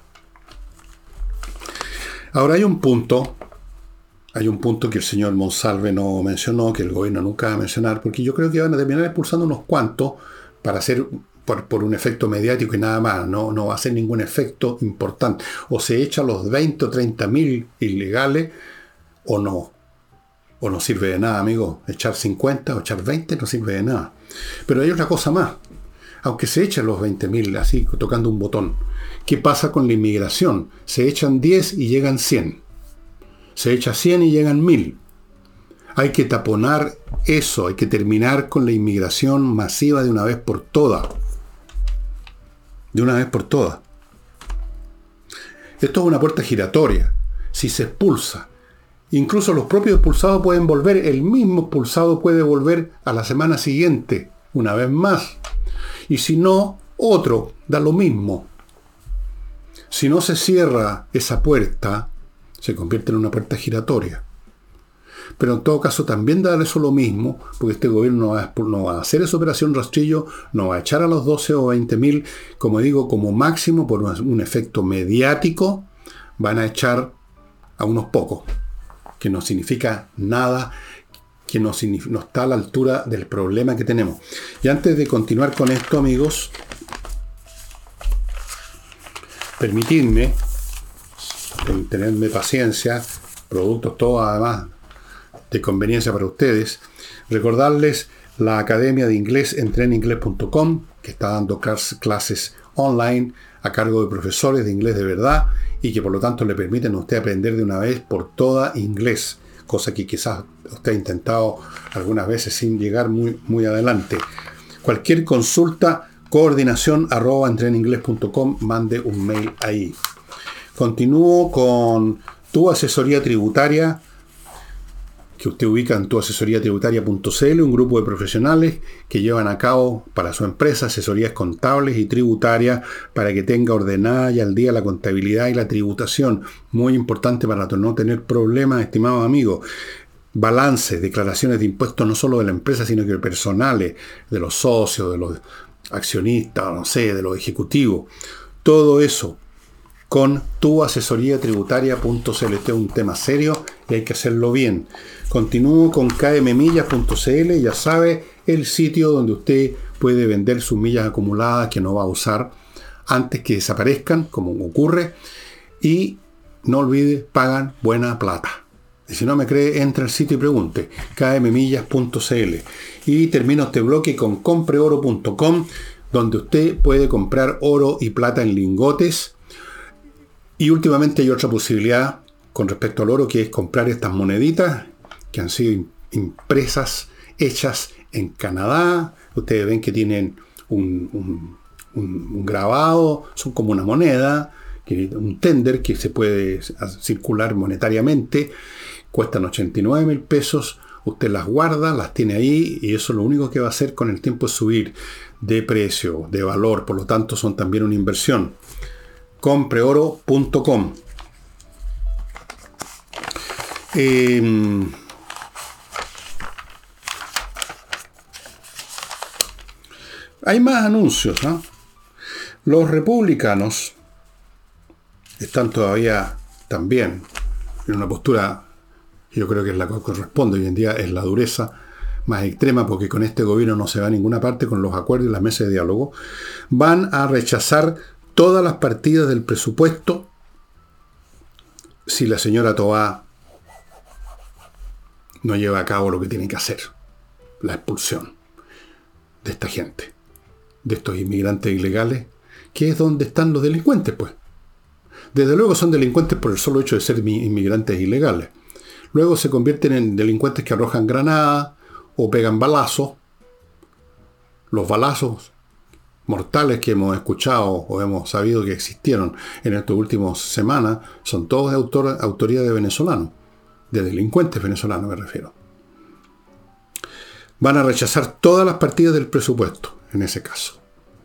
Speaker 1: Ahora hay un punto que el señor Monsalve no mencionó, que el gobierno nunca va a mencionar, porque yo creo que van a terminar expulsando unos cuantos para hacer por un efecto mediático y nada más, no va a hacer ningún efecto importante. O se echa los 20 o 30.000 ilegales o no. O no sirve de nada, amigo. Echar 50 o echar 20 no sirve de nada. Pero hay otra cosa más. Aunque se echen los 20.000 así, tocando un botón. ¿Qué pasa con la inmigración? Se echan 10 y llegan 100. Se echa 100 y llegan 1.000. Hay que taponar eso. Hay que terminar con la inmigración masiva de una vez por todas. De una vez por todas. Esto es una puerta giratoria. Si se expulsa, incluso los propios expulsados pueden volver, el mismo expulsado puede volver a la semana siguiente, una vez más. Y si no, otro, da lo mismo. Si no se cierra esa puerta, se convierte en una puerta giratoria. Pero en todo caso también da eso lo mismo, porque este gobierno no va a hacer esa operación rastrillo, no va a echar a los 12 o 20.000, como digo, como máximo, por un efecto mediático, van a echar a unos pocos, que no significa nada, que no está a la altura del problema que tenemos. Y antes de continuar con esto, amigos, permitidme, tenerme paciencia, productos todos además de conveniencia para ustedes, recordarles la Academia de Inglés en treninglés.com, que está dando clases online a cargo de profesores de inglés de verdad y que por lo tanto le permiten a usted aprender de una vez por toda inglés, cosa que quizás usted ha intentado algunas veces sin llegar muy adelante. Cualquier consulta, coordinación@entreninglés.com, mande un mail ahí. Continúo con tu asesoría tributaria, que usted ubica en tuasesoriatributaria.cl, un grupo de profesionales que llevan a cabo para su empresa asesorías contables y tributarias para que tenga ordenada y al día la contabilidad y la tributación. Muy importante para no tener problemas, estimados amigos. Balances, declaraciones de impuestos no solo de la empresa, sino que personales, de los socios, accionista, no sé, de los ejecutivos. Todo eso con tuasesoriatributaria.cl. Este es un tema serio y hay que hacerlo bien. Continúo con kmmillas.cl, ya sabe, el sitio donde usted puede vender sus millas acumuladas que no va a usar antes que desaparezcan, como ocurre. Y no olvide, pagan buena plata. Y si no me cree, entra al sitio y pregunte, kmmillas.cl. Y termino este bloque con compreoro.com, donde usted puede comprar oro y plata en lingotes. Y últimamente hay otra posibilidad con respecto al oro, que es comprar estas moneditas que han sido impresas, hechas en Canadá. Ustedes ven que tienen un grabado, son como una moneda, un tender que se puede circular monetariamente. Cuestan 89,000 pesos. Usted las guarda, las tiene ahí, y eso lo único que va a hacer con el tiempo es subir de precio, de valor. Por lo tanto, son también una inversión. Compreoro.com. Hay más anuncios, ¿no? Los republicanos están todavía también en una postura, yo creo que es la que corresponde hoy en día, es la dureza más extrema, porque con este gobierno no se va a ninguna parte con los acuerdos y las mesas de diálogo. Van a rechazar todas las partidas del presupuesto si la señora Tobá no lleva a cabo lo que tiene que hacer, la expulsión de esta gente, de estos inmigrantes ilegales, que es donde están los delincuentes, pues. Desde luego son delincuentes por el solo hecho de ser inmigrantes ilegales. Luego se convierten en delincuentes que arrojan granadas o pegan balazos. Los balazos mortales que hemos escuchado o hemos sabido que existieron en estas últimas semanas son todos de autoría de venezolanos, de delincuentes venezolanos me refiero. Van a rechazar todas las partidas del presupuesto en ese caso.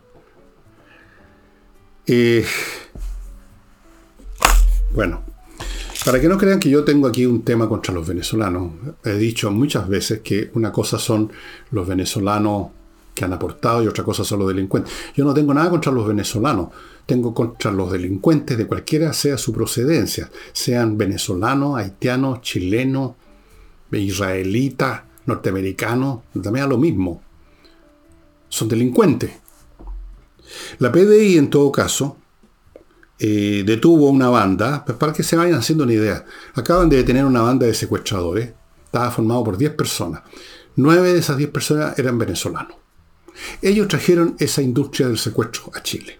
Speaker 1: Bueno, para que no crean que yo tengo aquí un tema contra los venezolanos, he dicho muchas veces que una cosa son los venezolanos que han aportado y otra cosa son los delincuentes. Yo no tengo nada contra los venezolanos, tengo contra los delincuentes de cualquiera sea su procedencia, sean venezolanos, haitianos, chilenos, israelitas, norteamericanos, también a lo mismo. Son delincuentes. La PDI, en todo caso, detuvo una banda, pues para que se vayan haciendo una idea. Acaban de detener una banda de secuestradores. Estaba formado por 10 personas. 9 de esas 10 personas eran venezolanos. Ellos trajeron esa industria del secuestro a Chile.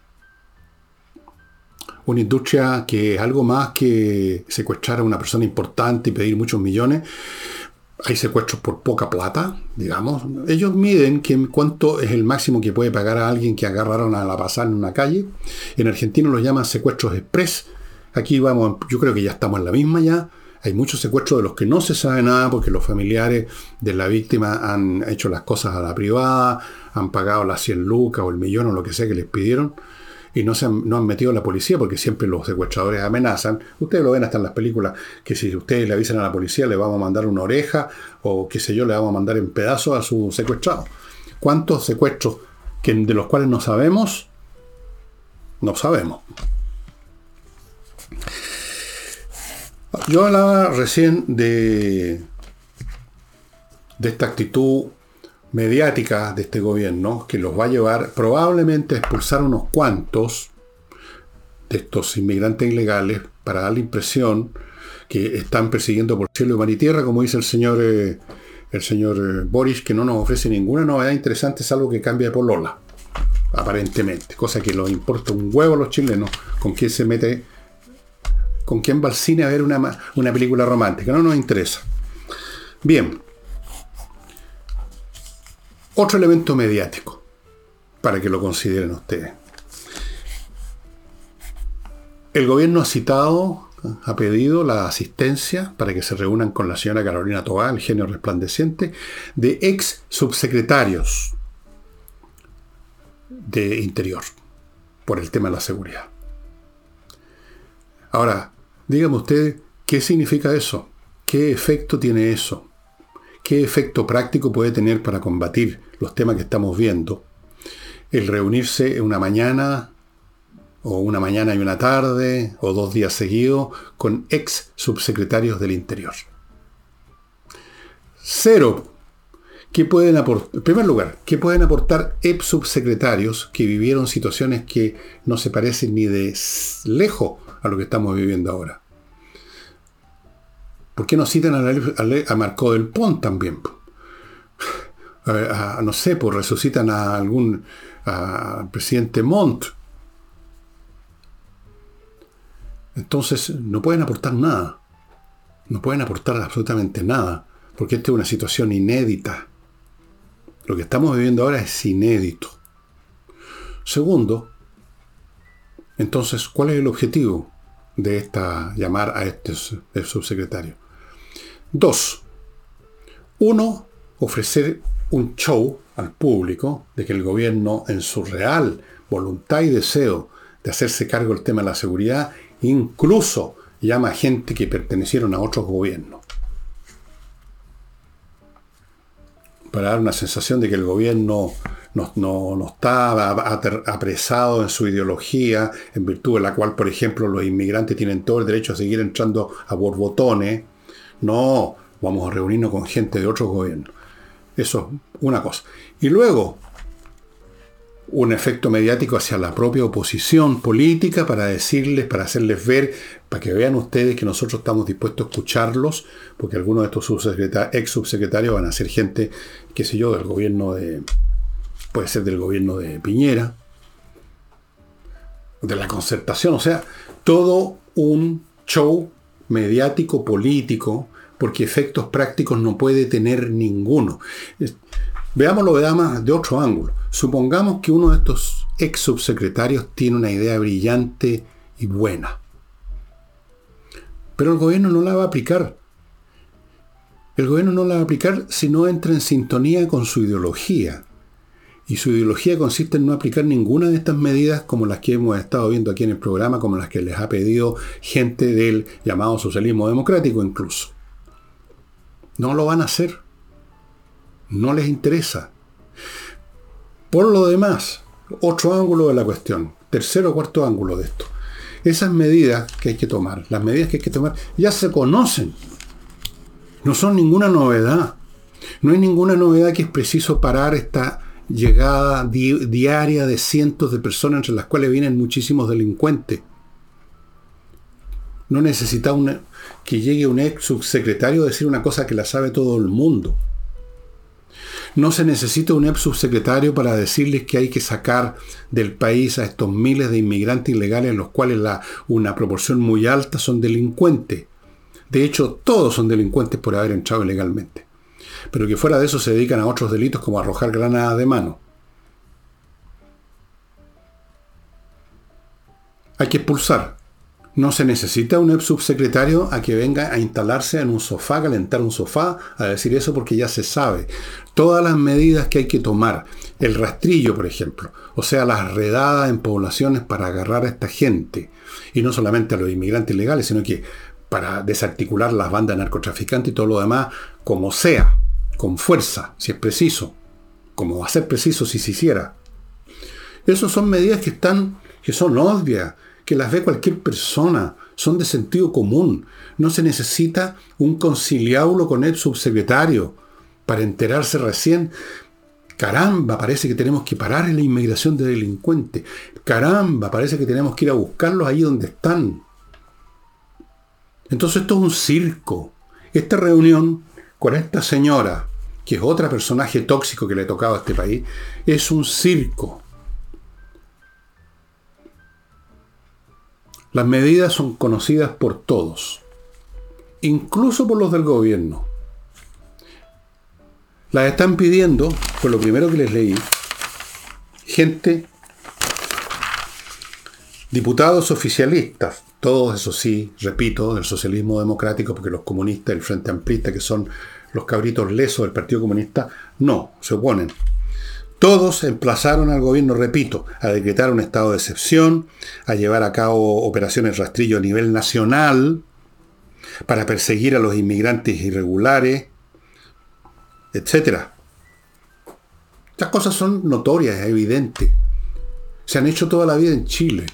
Speaker 1: Una industria que es algo más que secuestrar a una persona importante y pedir muchos millones. Hay secuestros por poca plata, digamos. Ellos miden cuánto es el máximo que puede pagar a alguien que agarraron a la pasada en una calle. En Argentina los llaman secuestros express. Aquí vamos, yo creo que ya estamos en la misma ya. Hay muchos secuestros de los que no se sabe nada porque los familiares de la víctima han hecho las cosas a la privada, han pagado las 100 lucas o el millón o lo que sea que les pidieron. Y no han metido a la policía porque siempre los secuestradores amenazan. Ustedes lo ven hasta en las películas, que si ustedes le avisan a la policía le vamos a mandar una oreja o qué sé yo, le vamos a mandar en pedazos a su secuestrado. ¿Cuántos secuestros de los cuales no sabemos? No sabemos. Yo hablaba recién de esta actitud mediática de este gobierno que los va a llevar probablemente a expulsar unos cuantos de estos inmigrantes ilegales para dar la impresión que están persiguiendo por cielo, mar y tierra, como dice el señor Boris, que no nos ofrece ninguna novedad interesante salvo que cambia de polola, aparentemente, cosa que nos importa un huevo a los chilenos con quién se mete, con quién va al cine a ver una película romántica, no nos interesa. Bien. Otro elemento mediático, para que lo consideren ustedes. El gobierno ha pedido la asistencia para que se reúnan con la señora Carolina Tobá, el genio resplandeciente, de ex subsecretarios de Interior, por el tema de la seguridad. Ahora, díganme ustedes, ¿qué significa eso? ¿Qué efecto tiene eso? ¿Qué efecto práctico puede tener para combatir los temas que estamos viendo? el reunirse una mañana, o una mañana y una tarde, o 2 días seguidos, con ex subsecretarios del Interior. 0. ¿Qué pueden aportar? En primer lugar, ¿qué pueden aportar ex subsecretarios que vivieron situaciones que no se parecen ni de lejos a lo que estamos viviendo ahora? ¿Por qué no citan a Marcó del Pont también? No sé, pues resucitan al presidente Montt. Entonces, no pueden aportar nada. No pueden aportar absolutamente nada, porque esta es una situación inédita. Lo que estamos viviendo ahora es inédito. Segundo, entonces, ¿cuál es el objetivo de llamar a este subsecretario? 2. 1, ofrecer un show al público de que el gobierno, en su real voluntad y deseo de hacerse cargo del tema de la seguridad, incluso llama a gente que pertenecieron a otros gobiernos, para dar una sensación de que el gobierno no está apresado en su ideología, en virtud de la cual, por ejemplo, los inmigrantes tienen todo el derecho a seguir entrando a borbotones. No, vamos a reunirnos con gente de otros gobiernos. Eso es una cosa. Y luego, un efecto mediático hacia la propia oposición política para hacerles ver, para que vean ustedes que nosotros estamos dispuestos a escucharlos, porque algunos de estos ex subsecretarios van a ser gente, qué sé yo, del gobierno puede ser del gobierno de Piñera, de la Concertación, o sea, todo un show mediático político, porque efectos prácticos no puede tener ninguno. Veámoslo de otro ángulo. Supongamos que uno de estos ex subsecretarios tiene una idea brillante y buena, pero el gobierno no la va a aplicar. El gobierno no la va a aplicar si no entra en sintonía con su ideología. Y su ideología consiste en no aplicar ninguna de estas medidas, como las que hemos estado viendo aquí en el programa, como las que les ha pedido gente del llamado socialismo democrático incluso. No lo van a hacer. No les interesa. Por lo demás, otro ángulo de la cuestión, tercer o cuarto ángulo de esto. Esas medidas que hay que tomar, las medidas que hay que tomar, ya se conocen. No son ninguna novedad. No hay ninguna novedad que es preciso parar esta llegada diaria de cientos de personas, entre las cuales vienen muchísimos delincuentes. No necesita que llegue un ex subsecretario a decir una cosa que la sabe todo el mundo. No se necesita un ex subsecretario para decirles que hay que sacar del país a estos miles de inmigrantes ilegales, en los cuales una proporción muy alta son delincuentes. De hecho, todos son delincuentes por haber entrado ilegalmente. Pero que fuera de eso se dedican a otros delitos como arrojar granadas de mano. Hay que expulsar. No se necesita un ex subsecretario a que venga a instalarse en un sofá, a calentar un sofá, a decir eso, porque ya se sabe. Todas las medidas que hay que tomar, el rastrillo, por ejemplo, o sea, las redadas en poblaciones para agarrar a esta gente, y no solamente a los inmigrantes ilegales, sino que para desarticular las bandas narcotraficantes y todo lo demás, como sea, con fuerza, si es preciso, como va a ser preciso si se hiciera. Esas son medidas que son obvias, que las ve cualquier persona, son de sentido común. No se necesita un conciliábulo con el subsecretario para enterarse recién. Caramba, parece que tenemos que parar en la inmigración de delincuentes. Caramba, parece que tenemos que ir a buscarlos ahí donde están. Entonces esto es un circo. Esta reunión con esta señora, que es otra personaje tóxico que le ha tocado a este país, es un circo. Las medidas son conocidas por todos, incluso por los del gobierno. Las están pidiendo, por lo primero que les leí, gente, diputados oficialistas, todos, eso sí, repito, del socialismo democrático, porque los comunistas, el Frente Amplista, que son los cabritos lesos del Partido Comunista, no, se oponen. Todos emplazaron al gobierno, repito, a decretar un estado de excepción, a llevar a cabo operaciones rastrillo a nivel nacional para perseguir a los inmigrantes irregulares, etc. Estas cosas son notorias, evidentes. Se han hecho toda la vida en Chile.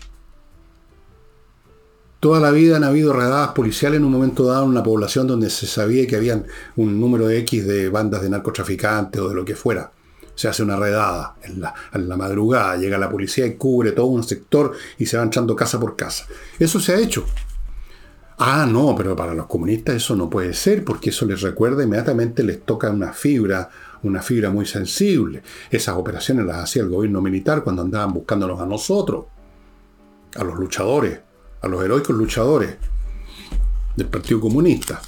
Speaker 1: Toda la vida han habido redadas policiales en un momento dado en una población donde se sabía que habían un número X de bandas de narcotraficantes o de lo que fuera. Se hace una redada en la madrugada, llega la policía y cubre todo un sector y se va entrando casa por casa. Eso se ha hecho. Ah, no, pero para los comunistas eso no puede ser, porque eso les recuerda inmediatamente, les toca una fibra muy sensible. Esas operaciones las hacía el gobierno militar cuando andaban buscándonos a nosotros, a los luchadores, a los heroicos luchadores del Partido Comunista.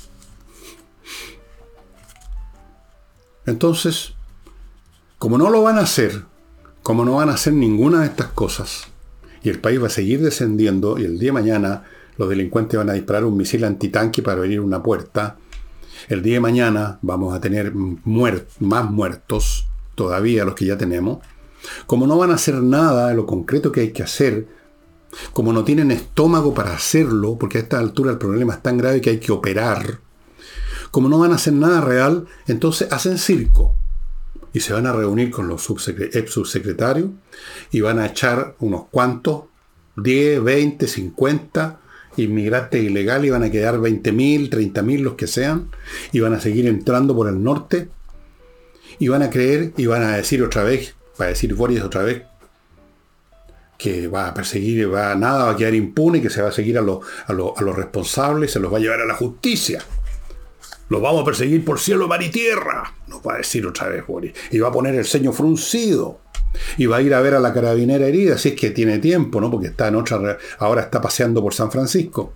Speaker 1: Entonces, como no lo van a hacer, como no van a hacer ninguna de estas cosas, y el país va a seguir descendiendo, y el día de mañana los delincuentes van a disparar un misil antitanque para abrir una puerta, el día de mañana vamos a tener más muertos, todavía los que ya tenemos, como no van a hacer nada de lo concreto que hay que hacer, como no tienen estómago para hacerlo, porque a esta altura el problema es tan grave que hay que operar, como no van a hacer nada real, entonces hacen circo. Y se van a reunir con los ex subsecretarios y van a echar unos cuantos, 10, 20, 50 inmigrantes ilegales, y van a quedar 20.000, 30.000, los que sean, y van a seguir entrando por el norte, y van a creer, y van a decir otra vez, va a decir Boris otra vez, que va a perseguir, nada va a quedar impune, que se va a seguir a los responsables, se los va a llevar a la justicia. Los vamos a perseguir por cielo, mar y tierra, nos va a decir otra vez Boris. Y va a poner el ceño fruncido. Y va a ir a ver a la carabinera herida, si es que tiene tiempo, ¿no? Porque está en ahora está paseando por San Francisco.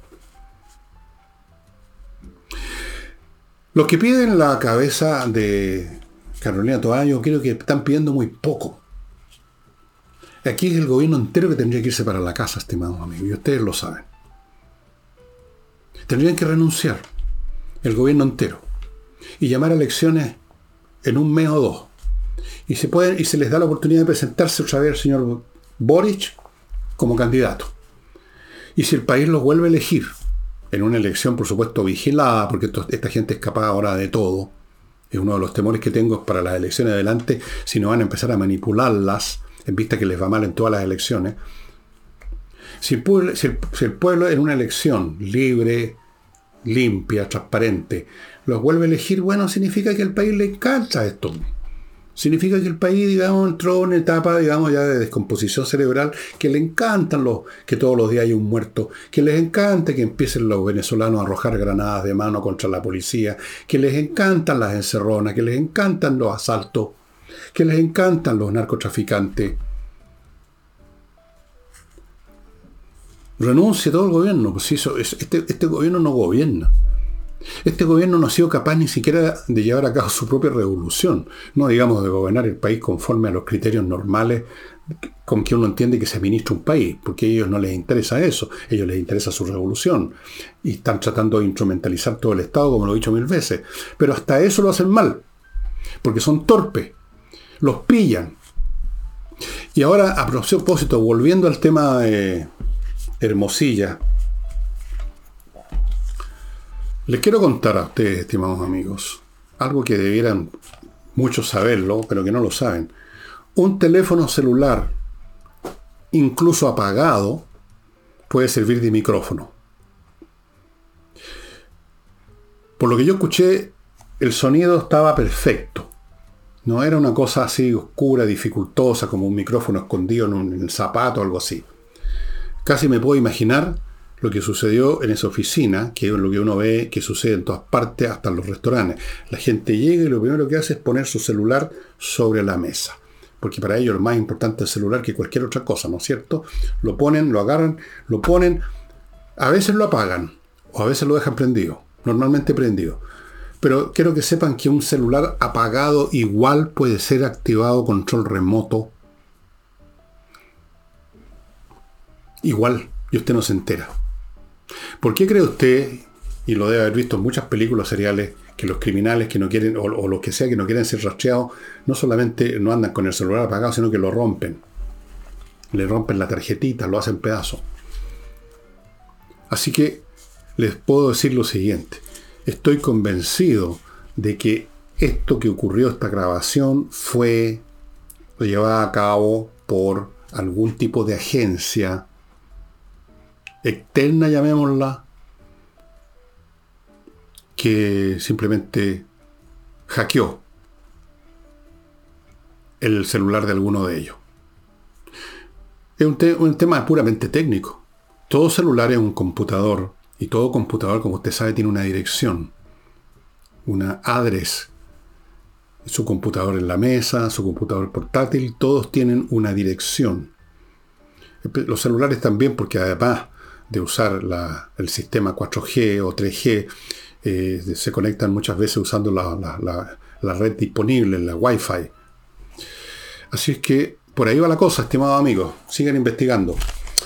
Speaker 1: Los que piden la cabeza de Carolina Toá, yo creo que están pidiendo muy poco. Aquí es el gobierno entero que tendría que irse para la casa, estimados amigos, y ustedes lo saben. Tendrían que renunciar, el gobierno entero, y llamar a elecciones en un mes o dos. Y se les da la oportunidad de presentarse otra vez al señor Boric como candidato. Y si el país los vuelve a elegir, en una elección por supuesto vigilada, porque esta gente es capaz ahora de todo, es uno de los temores que tengo para las elecciones adelante, si no van a empezar a manipularlas, en vista que les va mal en todas las elecciones. Si el pueblo en una elección libre, limpia, transparente, los vuelve a elegir, bueno, significa que al país le encanta esto. Significa que el país, digamos, entró en una etapa, digamos, ya de descomposición cerebral, que le encantan que todos los días hay un muerto, que les encanta que empiecen los venezolanos a arrojar granadas de mano contra la policía, que les encantan las encerronas, que les encantan los asaltos, que les encantan los narcotraficantes. Renuncie todo el gobierno, pues este gobierno no gobierna. Este gobierno no ha sido capaz ni siquiera de llevar a cabo su propia revolución, no digamos de gobernar el país conforme a los criterios normales con que uno entiende que se administra un país, porque a ellos no les interesa eso, a ellos les interesa su revolución, y están tratando de instrumentalizar todo el Estado, como lo he dicho 1000 veces, pero hasta eso lo hacen mal, porque son torpes, los pillan. Y ahora, a propósito, volviendo al tema de Hermosilla, les quiero contar a ustedes, estimados amigos, algo que debieran muchos saberlo, pero que no lo saben. Un teléfono celular, incluso apagado, puede servir de micrófono. Por lo que yo escuché, el sonido estaba perfecto. No era una cosa así oscura, dificultosa, como un micrófono escondido en el zapato o algo así. Casi me puedo imaginar lo que sucedió en esa oficina, que es lo que uno ve que sucede en todas partes, hasta en los restaurantes. La gente llega y lo primero que hace es poner su celular sobre la mesa, porque para ellos lo más importante es el celular que cualquier otra cosa, ¿no es cierto? Lo ponen, lo agarran, lo ponen, a veces lo apagan, o a veces lo dejan prendido, normalmente prendido. Pero quiero que sepan que un celular apagado igual puede ser activado control remoto. Igual, y usted no se entera. ¿Por qué cree usted, y lo debe haber visto en muchas películas seriales, que los criminales que no quieren, o los que sea que no quieren ser rastreados, no solamente no andan con el celular apagado, sino que lo rompen? Le rompen la tarjetita, lo hacen pedazos. Así que les puedo decir lo siguiente. Estoy convencido de que esto que ocurrió, esta grabación, fue llevada a cabo por algún tipo de agencia externa, llamémosla, que simplemente hackeó el celular de alguno de ellos. Es un tema puramente técnico. Todo celular es un computador, y todo computador, como usted sabe, tiene una dirección, una address. Su computador en la mesa, su computador portátil, todos tienen una dirección. Los celulares también, porque además de usar el sistema 4G o 3G, se conectan muchas veces usando la red disponible, la Wi-Fi. Así es que por ahí va la cosa, estimados amigos. Sigan investigando.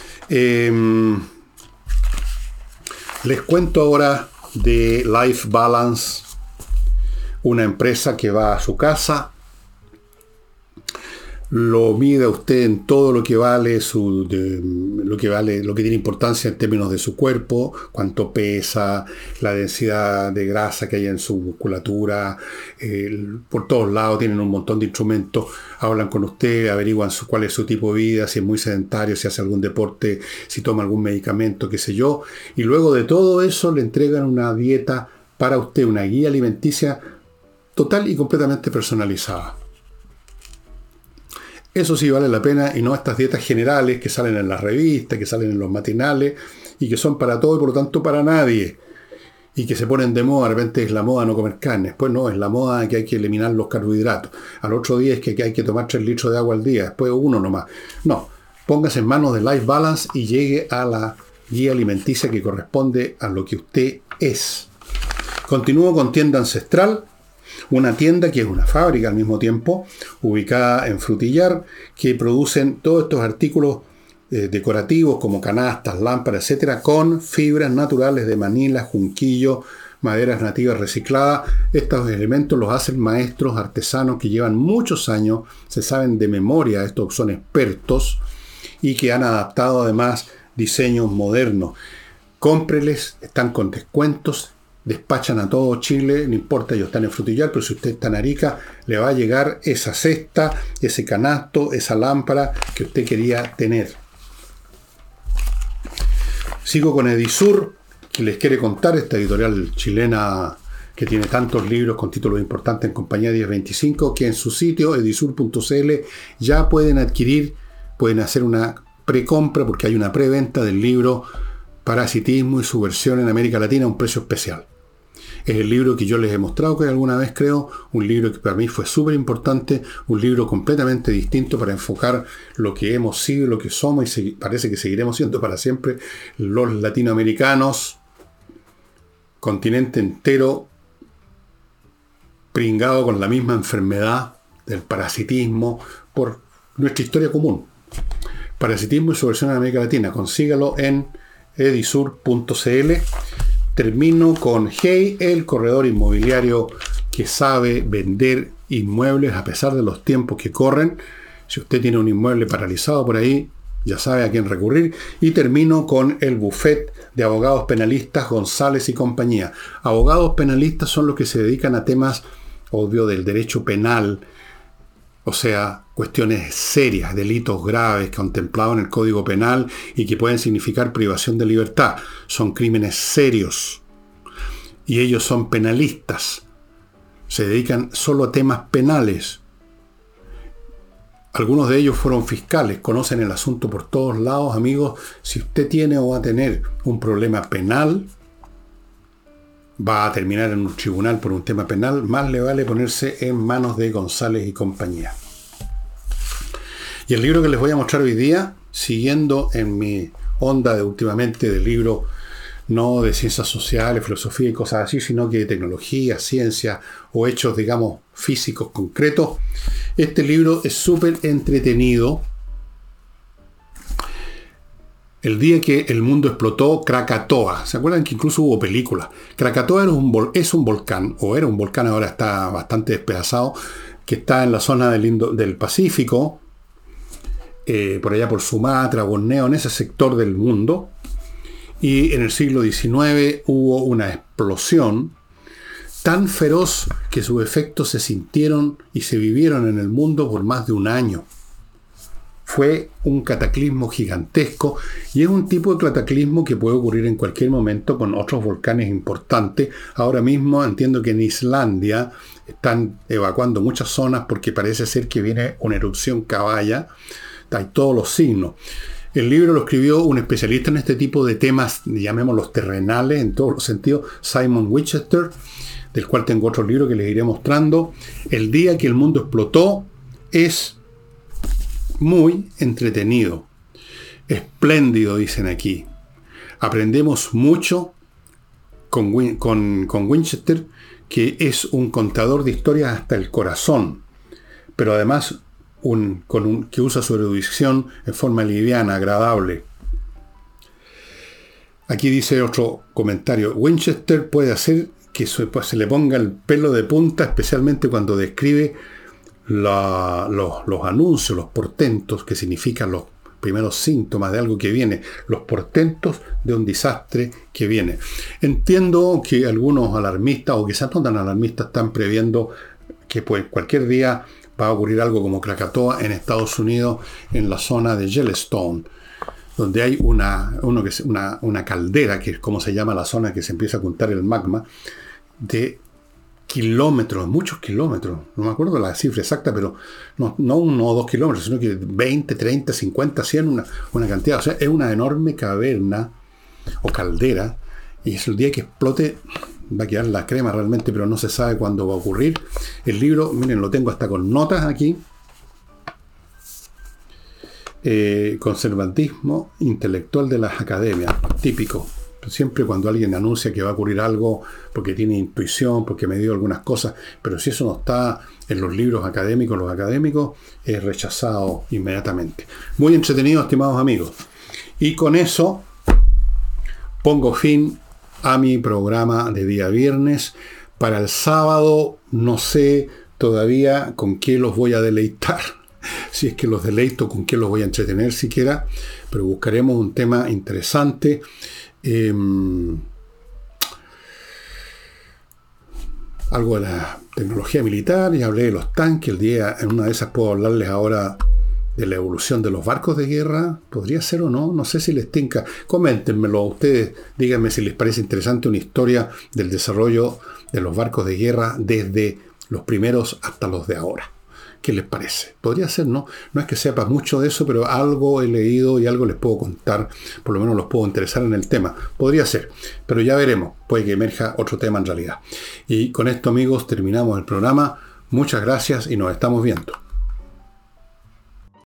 Speaker 1: Les cuento ahora de Life Balance, una empresa que va a su casa, lo mide a usted en todo lo que vale, lo que tiene importancia en términos de su cuerpo, cuánto pesa, la densidad de grasa que hay en su musculatura, por todos lados tienen un montón de instrumentos, hablan con usted, averiguan cuál es su tipo de vida, si es muy sedentario, si hace algún deporte, si toma algún medicamento, qué sé yo, y luego de todo eso le entregan una dieta para usted, una guía alimenticia total y completamente personalizada. Eso sí vale la pena, y no estas dietas generales que salen en las revistas, que salen en los matinales, y que son para todo y por lo tanto para nadie, y que se ponen de moda. De repente es la moda no comer carne, después no, es la moda que hay que eliminar los carbohidratos, al otro día es que hay que tomar 3 litros de agua al día, después uno nomás. No, póngase en manos de Life Balance y llegue a la guía alimenticia que corresponde a lo que usted es. Continúo con Tienda Ancestral, una tienda que es una fábrica al mismo tiempo, ubicada en Frutillar, que producen todos estos artículos decorativos como canastas, lámparas, etcétera, con fibras naturales de manila, junquillo, maderas nativas recicladas. Estos elementos los hacen maestros artesanos que llevan muchos años, se saben de memoria, estos son expertos, y que han adaptado además diseños modernos. Cómpreles, están con descuentos, despachan a todo Chile, no importa, ellos están en Frutillar, pero si usted está en Arica, le va a llegar esa cesta, ese canasto, esa lámpara que usted quería tener. Sigo con Edisur, que les quiere contar, esta editorial chilena que tiene tantos libros con títulos importantes en Compañía 1025, que en su sitio edisur.cl ya pueden adquirir, pueden hacer una precompra, porque hay una preventa del libro Parasitismo y su versión en América Latina a un precio especial. Es el libro que yo les he mostrado que alguna vez, creo, un libro que para mí fue súper importante, un libro completamente distinto para enfocar lo que hemos sido, lo que somos, y parece que seguiremos siendo para siempre los latinoamericanos, continente entero pringado con la misma enfermedad del parasitismo por nuestra historia común. Parasitismo y su versión en América Latina. Consígalo en edisur.cl. Termino con Hey, el corredor inmobiliario que sabe vender inmuebles a pesar de los tiempos que corren. Si usted tiene un inmueble paralizado por ahí, ya sabe a quién recurrir. Y termino con el bufet de abogados penalistas González y compañía. Abogados penalistas son los que se dedican a temas, obvio, del derecho penal, o sea, cuestiones serias, delitos graves contemplados en el Código Penal y que pueden significar privación de libertad. Son crímenes serios. Y ellos son penalistas. Se dedican solo a temas penales. Algunos de ellos fueron fiscales, conocen el asunto por todos lados, amigos. Si usted tiene o va a tener un problema penal, va a terminar en un tribunal por un tema penal, más le vale ponerse en manos de González y compañía. Y el libro que les voy a mostrar hoy día, siguiendo en mi onda de últimamente de libro, no de ciencias sociales, filosofía y cosas así, sino que de tecnología, ciencia o hechos, digamos, físicos concretos. Este libro es súper entretenido. El día que el mundo explotó, Krakatoa. ¿Se acuerdan que incluso hubo películas? Krakatoa es un volcán, o era un volcán, ahora está bastante despedazado, que está en la zona del Pacífico, por allá por Sumatra, Borneo, en ese sector del mundo. Y en el siglo XIX hubo una explosión tan feroz que sus efectos se sintieron y se vivieron en el mundo por más de un año. fue un cataclismo gigantesco y es un tipo de cataclismo que puede ocurrir en cualquier momento con otros volcanes importantes. Ahora mismo entiendo que en Islandia están evacuando muchas zonas porque parece ser que viene una erupción caballa. Hay todos los signos. El libro lo escribió un especialista en este tipo de temas, llamémoslos terrenales en todos los sentidos, Simon Winchester, del cual tengo otro libro que les iré mostrando. El día que el mundo explotó es muy entretenido, espléndido, dicen aquí. Aprendemos mucho con Winchester, que es un contador de historias hasta el corazón, pero además que usa su erudición en forma liviana, agradable. Aquí dice otro comentario: Winchester puede hacer que se le ponga el pelo de punta, especialmente cuando describe los anuncios, los portentos, que significan los primeros síntomas de algo que viene, los portentos de un desastre que viene. Entiendo que algunos alarmistas, o quizás no tan alarmistas, están previendo que pues cualquier día va a ocurrir algo como Krakatoa en Estados Unidos, en la zona de Yellowstone, donde hay una caldera, que es como se llama la zona que se empieza a juntar el magma, de kilómetros, muchos kilómetros, no me acuerdo la cifra exacta, pero no 1 o 2 kilómetros, sino que 20, 30, 50, 100, una cantidad. O sea, es una enorme caverna o caldera, y es el día que explote, va a quedar la crema realmente, pero no se sabe cuándo va a ocurrir. El libro, miren, lo tengo hasta con notas aquí. Conservatismo intelectual de las academias, típico. Siempre cuando alguien anuncia que va a ocurrir algo porque tiene intuición, porque me dio algunas cosas, pero si eso no está en los libros académicos, los académicos, es rechazado inmediatamente. Muy entretenido, estimados amigos. Y con eso pongo fin a mi programa de día viernes. Para el sábado no sé todavía con qué los voy a deleitar. Si es que los deleito, con qué los voy a entretener siquiera, pero buscaremos un tema interesante. Algo de la tecnología militar, ya hablé de los tanques, en una de esas puedo hablarles ahora de la evolución de los barcos de guerra. ¿Podría ser o no? No sé si les tinca. Coméntenmelo ustedes, díganme si les parece interesante una historia del desarrollo de los barcos de guerra desde los primeros hasta los de ahora. ¿Qué les parece? Podría ser, ¿no? No es que sepa mucho de eso, pero algo he leído y algo les puedo contar, por lo menos los puedo interesar en el tema. Podría ser, pero ya veremos. Puede que emerja otro tema en realidad. Y con esto, amigos, terminamos el programa. Muchas gracias y nos estamos viendo.